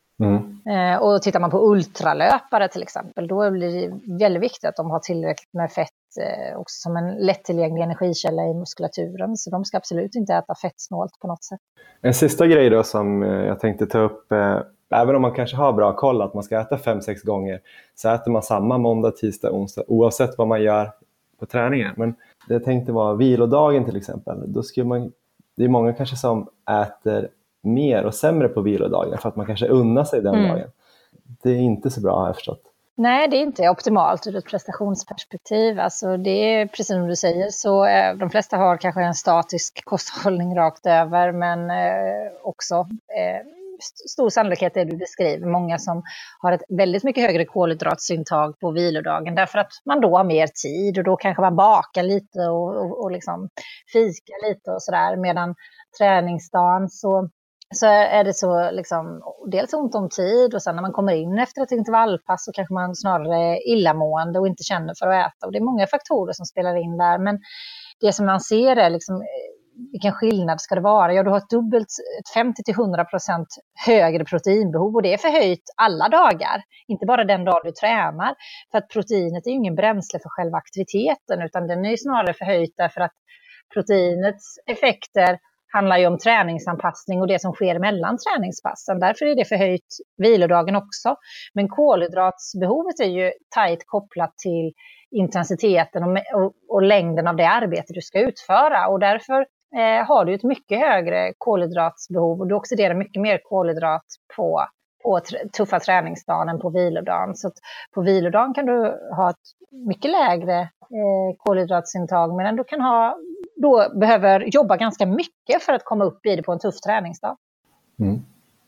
Mm. Eh, och tittar man på ultralöpare till exempel, då blir det väldigt viktigt att de har tillräckligt med fett eh, också som en lättillgänglig energikälla i muskulaturen, så de ska absolut inte äta fettsnålt på något sätt. En sista grej då som jag tänkte ta upp, eh, även om man kanske har bra koll att man ska äta fem sex gånger, så äter man samma måndag, tisdag, onsdag oavsett vad man gör på träningen. Men det jag tänkte var vilodagen till exempel. Då skulle man, det är många kanske som äter mer och sämre på vilodagen för att man kanske unnar sig den mm. dagen. Det är inte så bra, har jag förstått. Nej, det är inte optimalt ur ett prestationsperspektiv. Alltså det är precis som du säger, så eh, de flesta har kanske en statisk kosthållning rakt över, men eh, också eh, stor sannolikhet är det du beskriver. Många som har ett väldigt mycket högre kolhydratsintag på vilodagen därför att man då har mer tid och då kanske man bakar lite och, och, och liksom fika lite och sådär, medan träningsdagen så så är det så liksom, dels ont om tid, och sen när man kommer in efter ett intervallpass så kanske man snarare är illamående och inte känner för att äta. Och det är många faktorer som spelar in där, men det som man ser är liksom, vilken skillnad ska det vara? Ja, du har ett dubbelt, ett femtio till hundra procent högre proteinbehov, och det är förhöjt alla dagar, inte bara den dag du tränar. För att proteinet är ju ingen bränsle för själva aktiviteten, utan den är snarare förhöjt därför att proteinets effekter handlar ju om träningsanpassning och det som sker mellan träningspassen. Därför är det förhöjt vilodagen också. Men kolhydratsbehovet är ju tajt kopplat till intensiteten och, och, och längden av det arbete du ska utföra. Och därför eh, har du ett mycket högre kolhydratsbehov, och du oxiderar mycket mer kolhydrat på, på tr- tuffa träningsdagen än på vilodagen. Så att på vilodagen kan du ha ett mycket lägre eh, kolhydratsintag, men du kan ha då behöver jobba ganska mycket för att komma upp i det på en tuff träningsdag. Mm.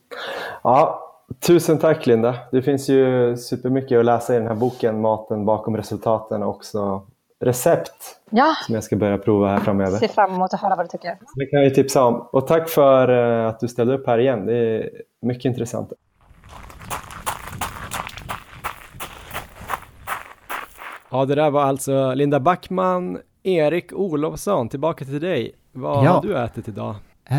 Ja, tusen tack Linda. Det finns ju supermycket att läsa i den här boken, Maten bakom resultaten, och också recept ja. som jag ska börja prova här framöver. Se fram emot att höra vad du tycker. Det kan jag tipsa om. Och tack för att du ställde upp här igen. Det är mycket intressant. Ja, det där var alltså Linda Backman. Erik Olofsson, tillbaka till dig. Vad ja. har du ätit idag?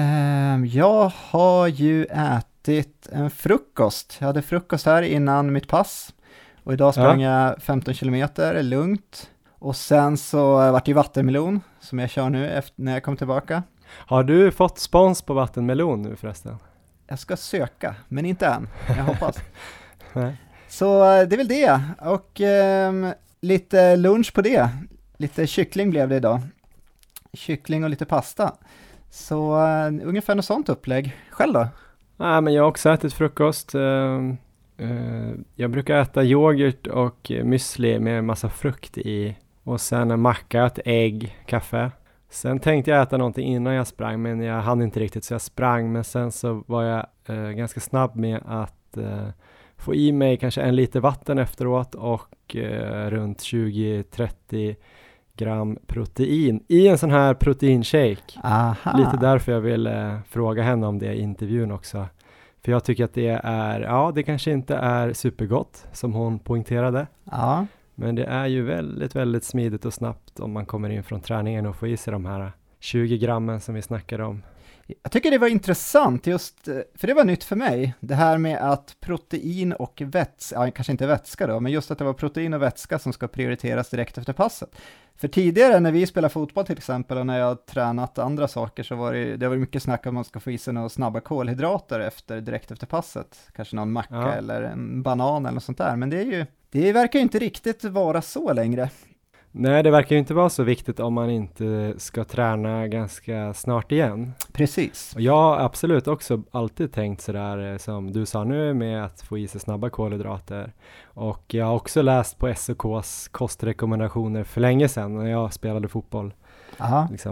Um, jag har ju ätit en frukost. Jag hade frukost här innan mitt pass. Och idag sprang ja. jag femton kilometer lugnt. Och sen så vart det ju vattenmelon som jag kör nu efter, när jag kom tillbaka. Har du fått spons på vattenmelon nu förresten? Jag ska söka, men inte än. Jag hoppas. Nej. Så det är väl det. Och um, lite lunch på det. Lite kyckling blev det idag. Kyckling och lite pasta. Så uh, ungefär något sånt upplägg. Själv då? Nej, men jag har också ätit frukost. Uh, uh, jag brukar äta yoghurt och müsli med massa frukt i. Och sen en macka, ett ägg, kaffe. Sen tänkte jag äta någonting innan jag sprang, men jag hann inte riktigt så jag sprang. Men sen så var jag uh, ganska snabb med att uh, få i mig kanske en liter vatten efteråt och uh, runt tjugo till trettio gram protein i en sån här proteinshake. Aha. Lite därför jag vill eh, fråga henne om det i intervjun också. För jag tycker att det är, ja det kanske inte är supergott som hon poängterade. Ja. Men det är ju väldigt, väldigt smidigt och snabbt om man kommer in från träningen och får i sig de här tjugo grammen som vi snackade om. Jag tycker det var intressant just, för det var nytt för mig, det här med att protein och vätska, ja, kanske inte vätska då, men just att det var protein och vätska som ska prioriteras direkt efter passet. För tidigare när vi spelar fotboll till exempel och när jag tränat andra saker så var det, det var mycket snack om att man ska få i sig några snabba kolhydrater efter, direkt efter passet. Kanske någon macka ja. eller en banan eller något sånt där, men det är ju, det verkar ju inte riktigt vara så längre. Nej, det verkar ju inte vara så viktigt om man inte ska träna ganska snart igen. Precis. Och jag har absolut också alltid tänkt sådär som du sa nu med att få i sig snabba kolhydrater. Och jag har också läst på S O K:s kostrekommendationer för länge sedan när jag spelade fotboll. Aha. Liksom,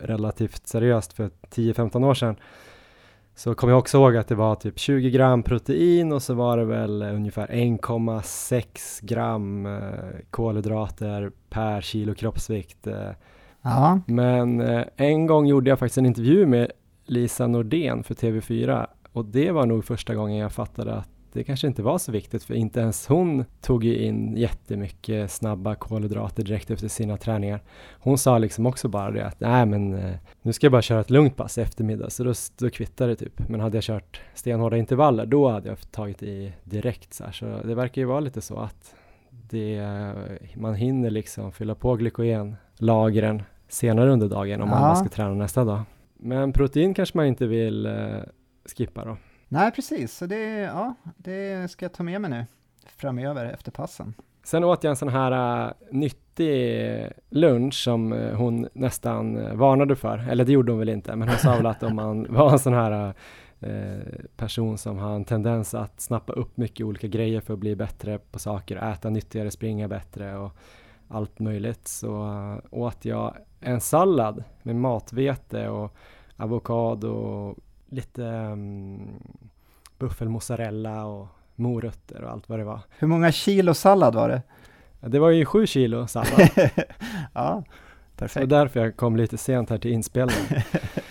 relativt seriöst för tio femton år sedan, så kommer jag också ihåg att det var typ tjugo gram protein och så var det väl ungefär en komma sex gram eh, kolhydrater per kilo kroppsvikt. Eh. Ja. Men eh, en gång gjorde jag faktiskt en intervju med Lisa Nordén för T V fyra och det var nog första gången jag fattade att det kanske inte var så viktigt, för inte ens hon tog ju in jättemycket snabba kolhydrater direkt efter sina träningar. Hon sa liksom också bara det att nej men eh, nu ska jag bara köra ett lugnt pass eftermiddag, så då, då kvittar det typ. Men hade jag kört stenhårda intervaller, då hade jag tagit i direkt så här. Så det verkar ju vara lite så att det, man hinner liksom fylla på glykogenlagren senare under dagen om Ja. man bara ska träna nästa dag. Men protein kanske man inte vill eh, skippa då. Nej, precis. Så det, ja, det ska jag ta med mig nu framöver efter passen. Sen åt jag en sån här uh, nyttig lunch som uh, hon nästan uh, varnade för. Eller det gjorde hon väl inte, men hon sa väl att om man var en sån här uh, person som har en tendens att snappa upp mycket olika grejer för att bli bättre på saker, äta nyttigare, springa bättre och allt möjligt, så uh, åt jag en sallad med matvete och avokado och lite um, buffelmozzarella och morötter och allt vad det var. Hur många kilo sallad var det? Ja, det var ju sju kilo sallad. Ja, perfekt. Och därför jag kom lite sent här till inspelningen.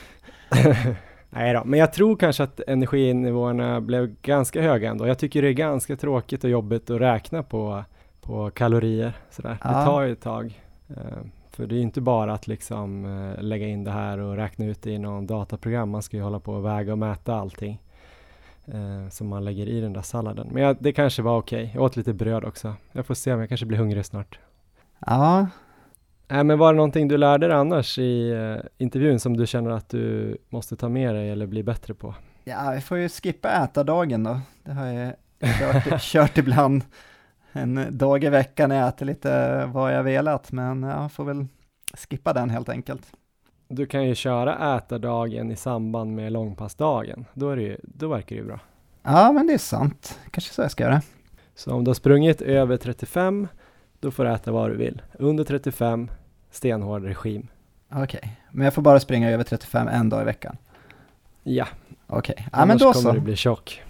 Nej då, men jag tror kanske att energinivåerna blev ganska höga ändå. Jag tycker det är ganska tråkigt och jobbigt att räkna på, på kalorier. Sådär. Ja. Det tar ju ett tag. Uh, för det är ju inte bara att liksom uh, lägga in det här och räkna ut det i någon dataprogram. Man ska ju hålla på och väga och mäta allting uh, som man lägger i den där salladen. Men ja, det kanske var okej. Okay. Jag åt lite bröd också. Jag får se om jag kanske blir hungrig snart. Ja. Äh, men var det någonting du lärde dig annars i uh, intervjun som du känner att du måste ta med dig eller bli bättre på? Ja, vi får ju skippa äta dagen då. Det har jag kört, kört ibland. En dag i veckan när jag äter lite vad jag velat, men jag får väl skippa den helt enkelt. Du kan ju köra ätardagen i samband med långpassdagen. Då, är det ju, då verkar det ju bra. Ja, men det är sant. Kanske så jag ska göra. Så om du har sprungit över trettiofem, då får du äta vad du vill. Under trettiofem, stenhård regim. Okej, okay. Men jag får bara springa över trettiofem en dag i veckan? Ja. Okej, okay. Ja annars men då kommer så. du bli tjock.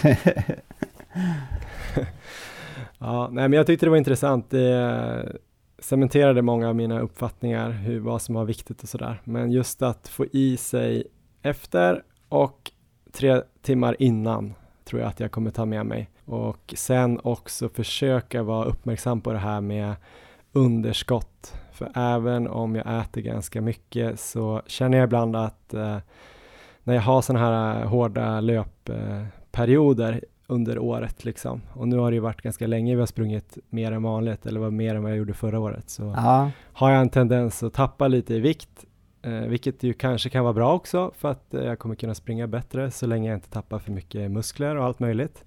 Ja, nej, men jag tyckte det var intressant. Det cementerade många av mina uppfattningar, hur, vad som var viktigt och sådär. Men just att få i sig efter och tre timmar innan tror jag att jag kommer ta med mig. Och sen också försöka vara uppmärksam på det här med underskott. För även om jag äter ganska mycket så känner jag ibland att eh, när jag har sådana här hårda löpperioder under året liksom. Och nu har det ju varit ganska länge vi har sprungit mer än vanligt, eller var mer än vad jag gjorde förra året. Så ja. Har jag en tendens att tappa lite i vikt, eh, vilket ju kanske kan vara bra också för att eh, jag kommer kunna springa bättre så länge jag inte tappar för mycket muskler och allt möjligt.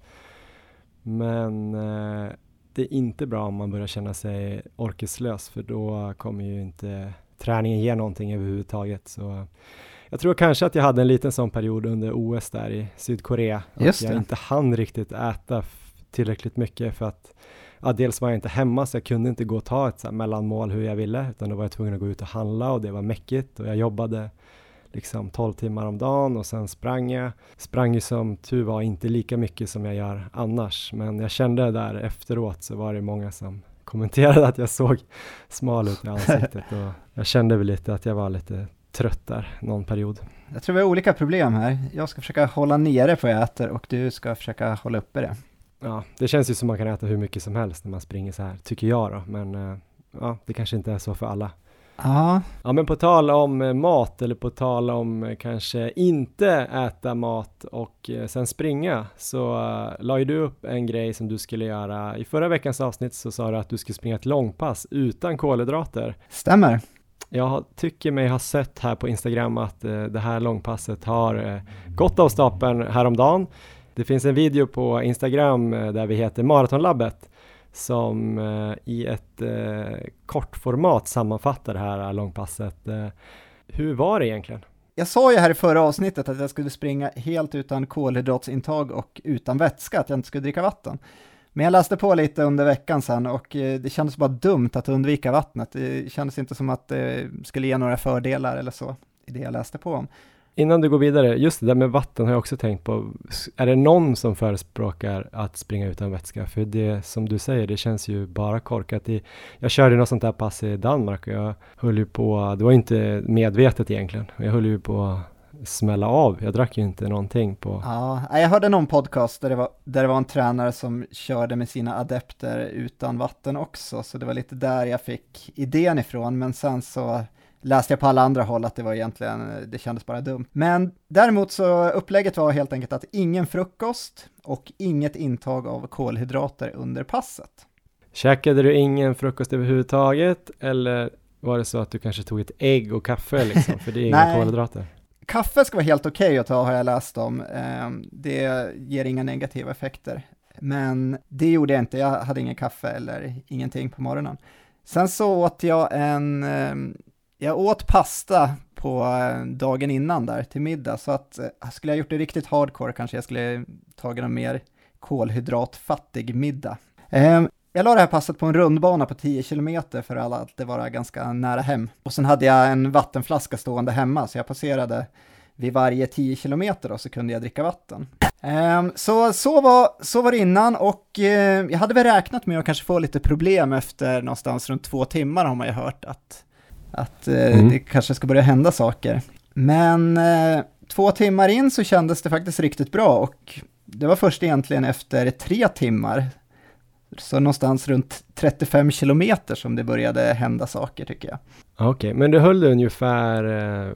Men eh, det är inte bra om man börjar känna sig orkeslös, för då kommer ju inte träningen ge någonting överhuvudtaget. Så jag tror kanske att jag hade en liten sån period under O S där i Sydkorea. Just att jag det. inte hann riktigt äta f- tillräckligt mycket för att ja, dels var jag inte hemma så jag kunde inte gå och ta ett så här mellanmål hur jag ville, utan då var jag tvungen att gå ut och handla och det var mäckigt och jag jobbade liksom tolv timmar om dagen och sen sprang jag. Sprang ju som tur var inte lika mycket som jag gör annars, men jag kände där efteråt så var det många som kommenterade att jag såg smal ut i ansiktet och jag kände väl lite att jag var lite trött där någon period. Jag tror vi har olika problem här. Jag ska försöka hålla nere på vad jag äter och du ska försöka hålla uppe det. Ja, det känns ju som man kan äta hur mycket som helst när man springer så här, tycker jag då. Men uh, ja, det kanske inte är så för alla. Ja. Ja, men på tal om uh, mat eller på tal om uh, kanske inte äta mat och uh, sen springa, så uh, la ju du upp en grej som du skulle göra. I förra veckans avsnitt så sa du att du skulle springa ett långpass utan kolhydrater. Stämmer. Jag tycker mig ha sett här på Instagram att uh, det här långpasset har uh, gått av stapeln häromdagen. Det finns en video på Instagram uh, där vi heter Maratonlabbet som uh, i ett uh, kortformat sammanfattar det här uh, långpasset. Uh, hur var det egentligen? Jag sa ju här i förra avsnittet att jag skulle springa helt utan kolhydratsintag och utan vätska, att jag inte skulle dricka vatten. Men jag läste på lite under veckan sen och uh, det kändes bara dumt att undvika vattnet. Det kändes inte som att det skulle ge några fördelar eller så. i det jag läste på om. Innan du går vidare, just det där med vatten har jag också tänkt på. Är det någon som förespråkar att springa utan vätska? För det som du säger, det känns ju bara korkat. I, jag körde något sånt där pass i Danmark och jag höll ju på, det var inte medvetet egentligen. Jag höll ju på att smälla av. Jag drack ju inte någonting på... Ja, jag hörde någon podcast där det var, där det var en tränare som körde med sina adepter utan vatten också. Så det var lite där jag fick idén ifrån. Men sen så... läste jag på alla andra håll att det var egentligen, det kändes bara dumt. Men däremot så upplägget var helt enkelt att ingen frukost och inget intag av kolhydrater under passet. Käkade du ingen frukost överhuvudtaget eller var det så att du kanske tog ett ägg och kaffe liksom, för det är inga kolhydrater? Kaffe ska vara helt okej okay att ta har jag läst om. Det ger inga negativa effekter. Men det gjorde jag inte, jag hade ingen kaffe eller ingenting på morgonen. Sen så åt jag en... Jag åt pasta på dagen innan där till middag, så att skulle jag gjort det riktigt hardcore kanske jag skulle tagit en mer kolhydratfattig middag. Jag la det här passet på en rundbana på tio kilometer för att det var ganska nära hem. Och sen hade jag en vattenflaska stående hemma, så jag passerade vid varje tio kilometer och så kunde jag dricka vatten. Så, så, var, så var det innan, och jag hade väl räknat med att kanske få lite problem efter någonstans runt två timmar har man ju hört att att eh, mm. det kanske ska börja hända saker. Men eh, två timmar in så kändes det faktiskt riktigt bra, och det var först egentligen efter tre timmar, så någonstans runt trettiofem kilometer som det började hända saker tycker jag. Okej, okay, men du höll ungefär eh,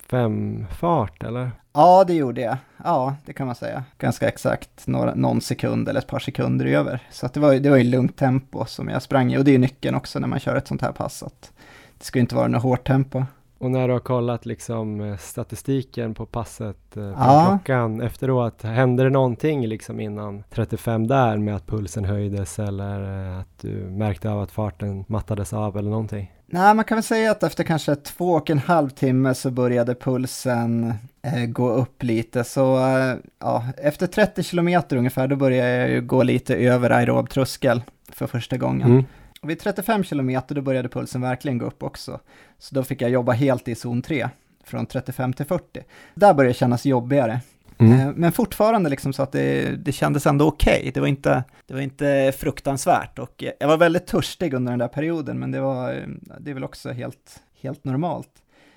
fem fart eller? Ja, det gjorde jag. Ja, det kan man säga. Ganska exakt några, någon sekund eller ett par sekunder över. Så att det var, det var ju lugnt tempo som jag sprang i, och det är ju nyckeln också när man kör ett sånt här pass. Att det ska ju inte vara något hårt tempo. Och när du har kollat liksom statistiken på passet eh, på ja. klockan efteråt, hände det någonting liksom innan trettiofem där med att pulsen höjdes eller eh, att du märkte av att farten mattades av eller någonting? Nej, man kan väl säga att efter kanske två och en halv timme så började pulsen eh, gå upp lite. Så eh, ja, efter trettio kilometer ungefär då började jag ju gå lite över aerob tröskel för första gången. Mm. Och vid trettiofem kilometer då började pulsen verkligen gå upp också. Så då fick jag jobba helt i zon tre, från trettiofem till fyrtio. Där började det kännas jobbigare. Mm. Men fortfarande liksom så att det, det kändes ändå okej. Okay. Det var inte, det var inte fruktansvärt. Och jag var väldigt törstig under den där perioden, men det var det är väl också helt, helt normalt.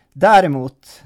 Däremot,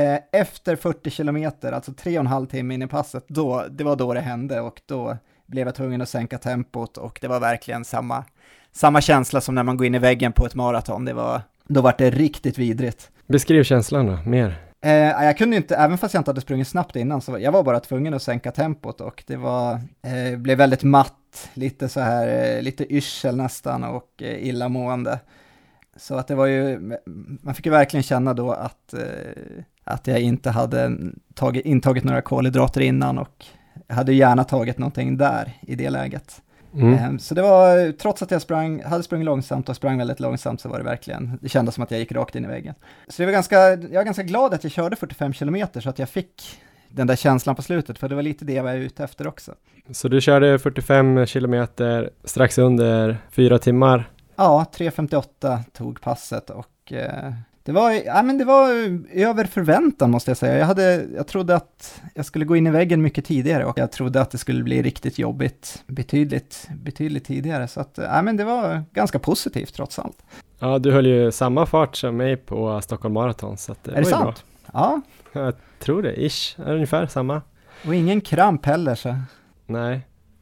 efter fyrtio kilometer, alltså tre och en halv timme in i passet, då, det var då det hände, och då blev jag tvungen att sänka tempot, och det var verkligen samma Samma känsla som när man går in i väggen på ett maraton. Det var, då var det riktigt vidrigt. Beskriv känslan då, mer. Eh, jag kunde inte, även fast jag inte hade sprungit snabbt innan, så jag var bara tvungen att sänka tempot, och det var, eh, blev väldigt matt, lite så här, eh, lite yrsel nästan, och eh, illamående. Så att det var ju, man fick ju verkligen känna då att, eh, att jag inte hade tagit, intagit några kolhydrater innan, och jag hade gärna tagit någonting där i det läget. Mm. Så det var, trots att jag sprang, hade sprungit långsamt och sprang väldigt långsamt, så var det verkligen, det kändes som att jag gick rakt in i väggen. Så det var ganska, jag var ganska glad att jag körde fyrtiofem kilometer, så att jag fick den där känslan på slutet, för det var lite det jag var ute efter också. Så du körde fyrtiofem kilometer strax under fyra timmar? Ja, tre femtioåtta tog passet, och eh, det var, ja, men det var över förväntan måste jag säga. Jag, hade, jag trodde att jag skulle gå in i väggen mycket tidigare, och jag trodde att det skulle bli riktigt jobbigt betydligt, betydligt tidigare. Så att, ja, men det var ganska positivt trots allt. Ja, du höll ju samma fart som mig på Stockholm Marathon. Så att det är var det ju sant? Bra. Ja. Jag tror det, ish. Är ungefär samma. Och ingen kramp heller så. Nej,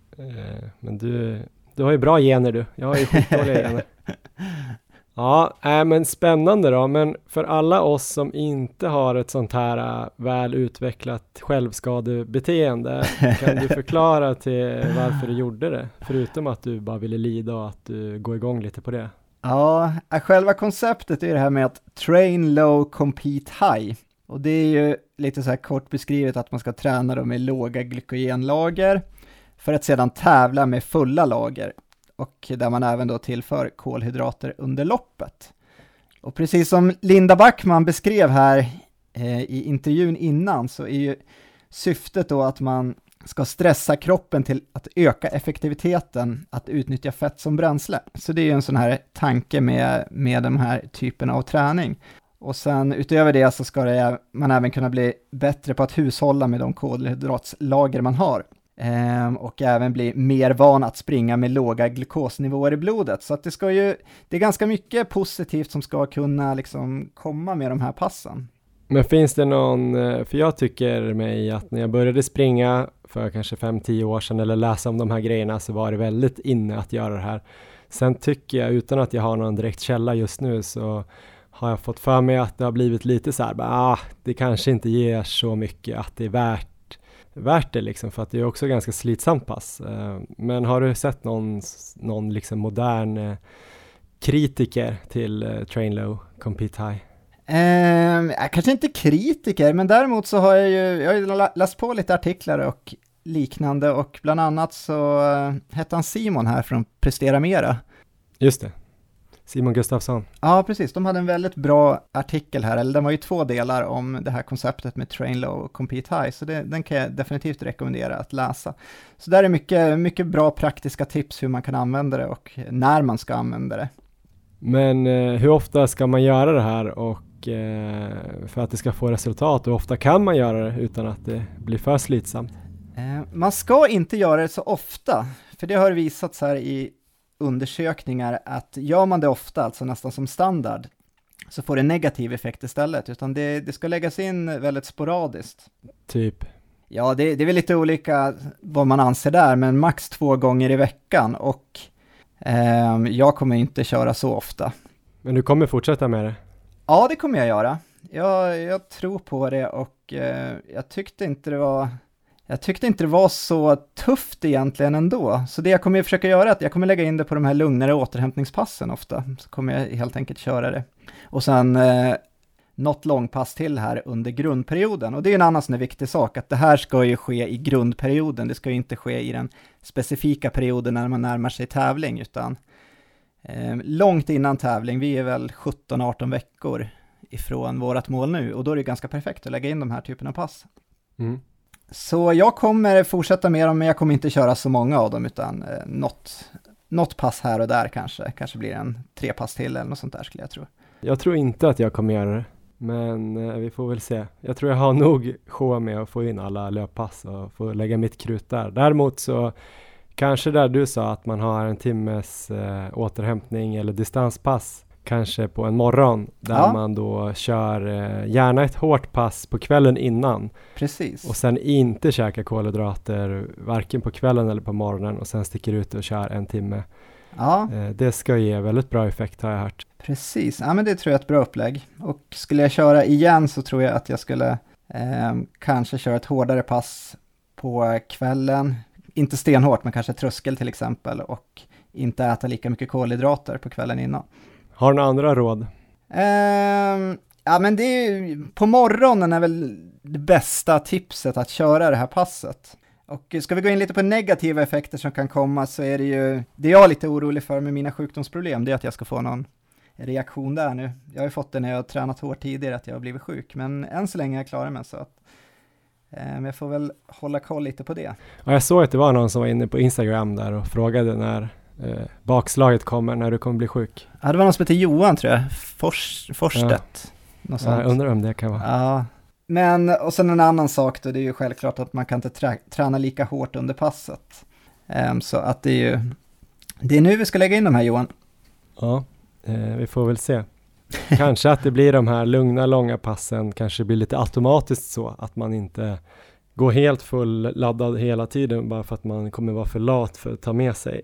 eh, men du, du har ju bra gener du. Jag har ju skitdåliga gener. Ja, äh, men spännande då. Men för alla oss som inte har ett sånt här uh, väl utvecklat självskadebeteende, kan du förklara till varför du gjorde det? Förutom att du bara ville lida och att du går igång lite på det. Ja, själva konceptet är det här med att train low, compete high. Och det är ju lite så här kort beskrivet att man ska träna då med låga glykogenlager för att sedan tävla med fulla lager. Och där man även då tillför kolhydrater under loppet. Och precis som Linda Backman beskrev här eh, i intervjun innan, så är ju syftet då att man ska stressa kroppen till att öka effektiviteten att utnyttja fett som bränsle. Så det är ju en sån här tanke med, med den här typen av träning. Och sen utöver det så ska det, man även kunna bli bättre på att hushålla med de kolhydratlager man har. Ehm, och även bli mer van att springa med låga glukosnivåer i blodet. Så att det ska ju, det är ganska mycket positivt som ska kunna liksom komma med de här passen. Men finns det någon, för jag tycker mig att när jag började springa för kanske fem till tio år sedan eller läsa om de här grejerna så var det väldigt inne att göra det här. Sen tycker jag, utan att jag har någon direkt källa just nu, så har jag fått för mig att det har blivit lite så här, ah, det kanske inte ger så mycket att det är värt, värt det liksom, för att det är också ganska slitsamt pass. Men har du sett någon, någon liksom modern kritiker till Train Low, Compete High? Eh, kanske inte kritiker, men däremot så har jag ju, jag har ju läst på lite artiklar och liknande, och bland annat så uh, hette han Simon här från Prestera Mera. Just det, Simon Gustafsson. Ja, precis. De hade en väldigt bra artikel här, eller den var ju två delar om det här konceptet med Train Low och Compete High, så det, den kan jag definitivt rekommendera att läsa. Så där är mycket, mycket bra praktiska tips hur man kan använda det och när man ska använda det. Men eh, hur ofta ska man göra det här och eh, för att det ska få resultat, och ofta kan man göra det utan att det blir för slitsamt? Eh, man ska inte göra det så ofta, för det har visats här i undersökningar att gör man det ofta, alltså nästan som standard, så får det negativ effekt istället, utan det, det ska läggas in väldigt sporadiskt. Typ? Ja, det, det är väl lite olika vad man anser där, men max två gånger i veckan, och eh, jag kommer inte köra så ofta. Men du kommer fortsätta med det? Ja, det kommer jag göra. Jag, jag tror på det, och eh, jag tyckte inte det var Jag tyckte inte det var så tufft egentligen ändå. Så det jag kommer att försöka göra är att jag kommer lägga in det på de här lugnare återhämtningspassen ofta. Så kommer jag helt enkelt köra det. Och sen eh, något långpass till här under grundperioden. Och det är en annan sån här viktig sak, att det här ska ju ske i grundperioden. Det ska ju inte ske i den specifika perioden när man närmar sig tävling, utan eh, långt innan tävling. Vi är väl sjutton arton veckor ifrån vårat mål nu, och då är det ganska perfekt att lägga in de här typerna av pass. Mm. Så jag kommer fortsätta med dem, men jag kommer inte köra så många av dem, utan eh, något, något pass här och där kanske. Kanske blir en tre pass till eller något sånt där, skulle jag tro. Jag tror inte att jag kommer göra det, men eh, vi får väl se. Jag tror jag har nog sjå med att få in alla löppass och få lägga mitt krut där. Däremot så kanske där du sa att man har en timmes eh, återhämtning eller distanspass kanske på en morgon, där ja. man då kör eh, gärna ett hårt pass på kvällen innan. Precis. Och sen inte käka kolhydrater varken på kvällen eller på morgonen, och sen sticker ut och kör en timme. Ja. Eh, det ska ge väldigt bra effekt, har jag hört. Precis, ja, men det tror jag är ett bra upplägg. Och skulle jag köra igen så tror jag att jag skulle eh, kanske köra ett hårdare pass på kvällen. Inte stenhårt, men kanske tröskel till exempel, och inte äta lika mycket kolhydrater på kvällen innan. Har du några andra råd? Uh, ja, men det är, på morgonen är väl det bästa tipset att köra det här passet. Och ska vi gå in lite på negativa effekter som kan komma, så är det ju, det jag är lite orolig för med mina sjukdomsproblem, det är att jag ska få någon reaktion där nu. Jag har ju fått det när jag har tränat hårt tidigare, att jag har blivit sjuk, men än så länge är jag klar med, så att um, jag får väl hålla koll lite på det. Ja, jag såg att det var någon som var inne på Instagram där och frågade när Eh, bakslaget kommer, när du kommer bli sjuk. Ja, det var någon som heter Johan, tror jag. Fors, Forstedt. Ja. Ja, jag undrar om det kan vara. Ja. Men, och sen en annan sak då, det är ju självklart att man kan inte trä- träna lika hårt under passet. Um, så att det är ju, det är nu vi ska lägga in de här, Johan. Ja, eh, vi får väl se. Kanske att det blir de här lugna, långa passen, kanske blir lite automatiskt så, att man inte går helt full laddad hela tiden bara för att man kommer vara för lat för att ta med sig.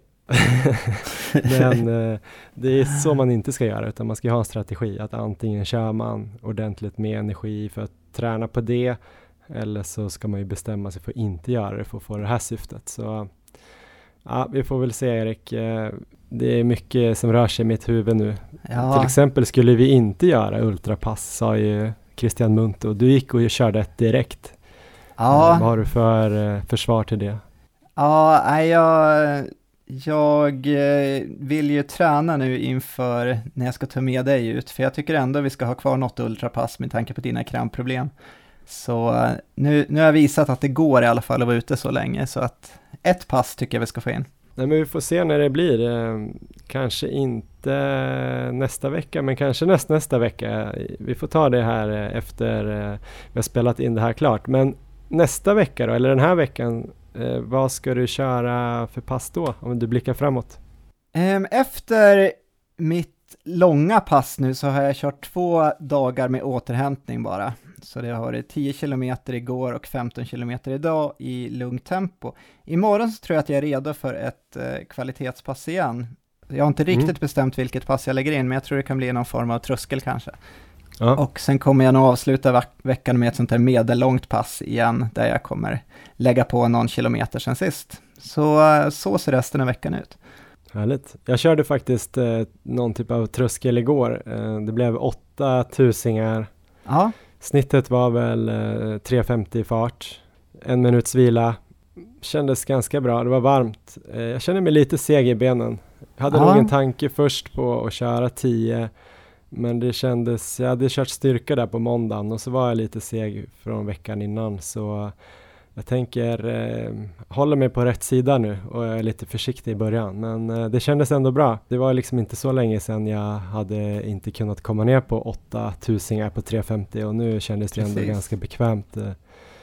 Men eh, det är så man inte ska göra, utan man ska ha en strategi att antingen kör man ordentligt med energi för att träna på det, eller så ska man ju bestämma sig för att inte göra det för att få det här syftet. Så ja, vi får väl se, Erik. Eh, det är mycket som rör sig i mitt huvud nu. Ja. Till exempel skulle vi inte göra ultrapass, sa ju Christian Munto. Du gick och körde ett direkt. Ja. Eh, vad har du för eh, försvar till det? Ja, nej, jag... Jag vill ju träna nu inför när jag ska ta med dig ut, för jag tycker ändå vi ska ha kvar något ultrapass med tanke på dina krampproblem. Så nu, nu har jag visat att det går i alla fall att vara ute så länge, så att ett pass tycker jag vi ska få in. Nej, men vi får se när det blir. Eh, kanske inte nästa vecka, men kanske näst, nästa vecka. Vi får ta det här efter eh, vi har spelat in det här klart. Men nästa vecka då, eller den här veckan, eh, vad ska du köra för pass då, om du blickar framåt? Um, efter mitt långa pass nu så har jag kört två dagar med återhämtning bara. Så det har varit tio kilometer igår och femton kilometer idag i lugnt tempo. Imorgon så tror jag att jag är redo för ett eh, kvalitetspass igen. Jag har inte riktigt mm. bestämt vilket pass jag lägger in, men jag tror det kan bli någon form av tröskel kanske. Ja. Och sen kommer jag nog avsluta veck- veckan med ett sånt här medellångt pass igen, där jag kommer lägga på någon kilometer sen sist. Så, så ser resten av veckan ut. Härligt. Jag körde faktiskt eh, någon typ av tröskel igår. Eh, det blev åtta tusingar. Ja. Snittet var väl eh, tre femtio i fart. En minuts vila. Kändes ganska bra. Det var varmt. Eh, jag kände mig lite seg i benen. Jag hade ja. nog en tanke först på att köra tio. Men det kändes... Jag hade kört styrka där på måndagen. Och så var jag lite seg från veckan innan. Så jag tänker eh, hålla mig på rätt sida nu. Och jag är lite försiktig i början. Men eh, det kändes ändå bra. Det var liksom inte så länge sedan jag hade inte kunnat komma ner på åtta tusingar på tre femtio. Och nu kändes det ändå Precis. ganska bekvämt. Eh,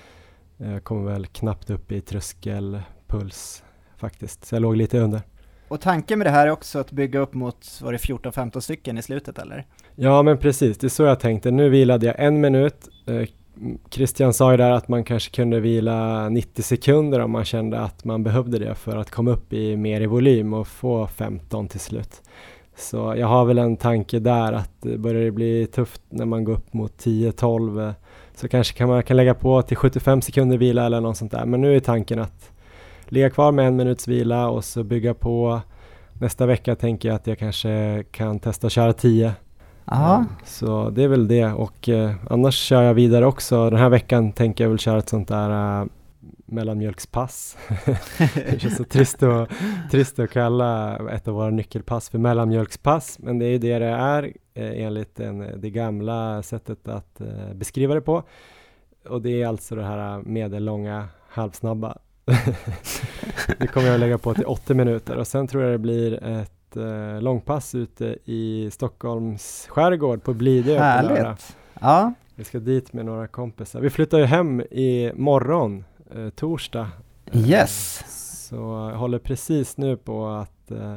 jag kom väl knappt upp i tröskelpuls faktiskt. Så jag låg lite under. Och tanken med det här är också att bygga upp mot, var det fjorton femton stycken i slutet eller? Ja, men precis. Det är så jag tänkte. Nu vilade jag en minut. Eh, Christian sa ju där att man kanske kunde vila nittio sekunder om man kände att man behövde det för att komma upp i mer i volym och få femton till slut. Så jag har väl en tanke där att börjar det bli tufft när man går upp mot tio tolv så kanske kan man kan lägga på till sjuttiofem sekunder vila eller något sånt där. Men nu är tanken att ligga kvar med en minuts vila och så bygga på. Nästa vecka tänker jag att jag kanske kan testa att köra tio. Aha. Så det är väl det. Och eh, annars kör jag vidare också. Den här veckan tänker jag väl köra ett sånt där äh, mellanmjölkspass. Det är så trist att, trist att kalla ett av våra nyckelpass för mellanmjölkspass. Men det är ju det det är eh, enligt en, det gamla sättet att eh, beskriva det på. Och det är alltså det här medellånga halvsnabba. Det kommer jag att lägga på till åttio minuter. Och sen tror jag det blir ett Eh, långpass ute i Stockholms skärgård på Blidö. Härligt. Ja. Vi ska dit med några kompisar. Vi flyttar ju hem i morgon, eh, torsdag. Yes. Eh, så jag håller precis nu på att eh,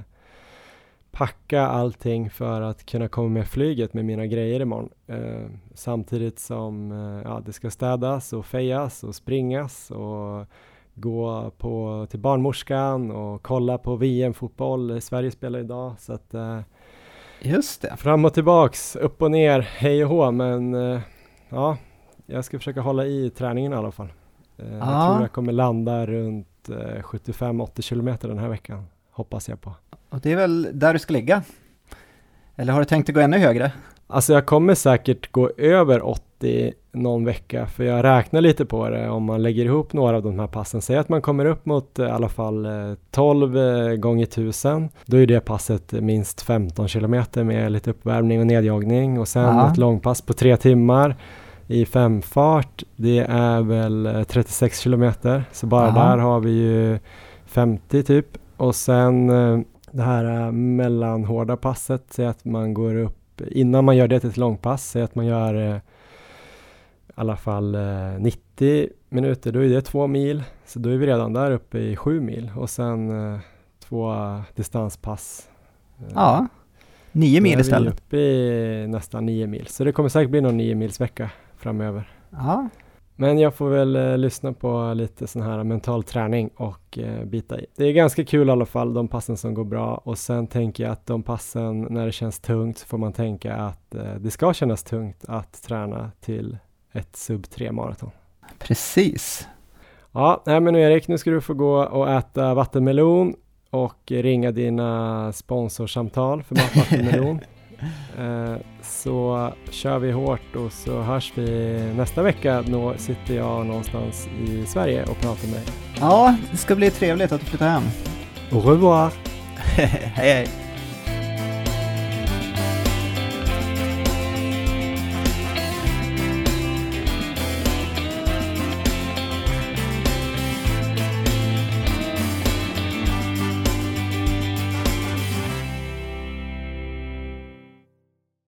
packa allting för att kunna komma med flyget med mina grejer imorgon. Eh, samtidigt som eh, ja, det ska städas och fejas och springas och gå på, till barnmorskan och kolla på V M-fotboll. Sverige spelar idag. Så att, eh, Just det. Fram och tillbaks, upp och ner, hej och hå. Men eh, ja, jag ska försöka hålla i träningen i alla fall. Eh, jag tror jag kommer landa runt eh, sjuttiofem åttio kilometer den här veckan. Hoppas jag på. Och det är väl där du ska ligga? Eller har du tänkt att gå ännu högre? Alltså jag kommer säkert gå över åttio någon vecka, för jag räknar lite på det om man lägger ihop några av de här passen. Säg att man kommer upp mot i alla fall tolv gånger tusen. Då är det passet minst femton kilometer med lite uppvärmning och nedjagning. Och sen Aha. ett långpass på tre timmar i femfart. Det är väl trettiosex kilometer. Så bara Aha. där har vi ju femtio typ. Och sen det här mellanhårda passet, säg att man går upp innan man gör det till ett långpass, säg att man gör eh, i alla fall eh, nittio minuter, då är det två mil. Så då är vi redan där uppe i sju mil. Och sen eh, två distanspass. Eh, ja, nio mil istället. Då är vi uppe i nästan nio mil. Så det kommer säkert bli någon nio mils vecka framöver. Ja. Men jag får väl eh, lyssna på lite sån här mental träning och eh, bita i. Det är ganska kul i alla fall, de passen som går bra. Och sen tänker jag att de passen, när det känns tungt, så får man tänka att eh, det ska kännas tungt att träna till ett sub tre maraton. Precis. Ja, nej, men nu Erik, nu ska du få gå och äta vattenmelon och ringa dina sponsorsamtal för vattenmelon. Eh, så kör vi hårt och så hörs vi nästa vecka. Då sitter jag någonstans i Sverige och pratar med dig. Ja, det ska bli trevligt att du flyttar hem. Au revoir. Hej hej.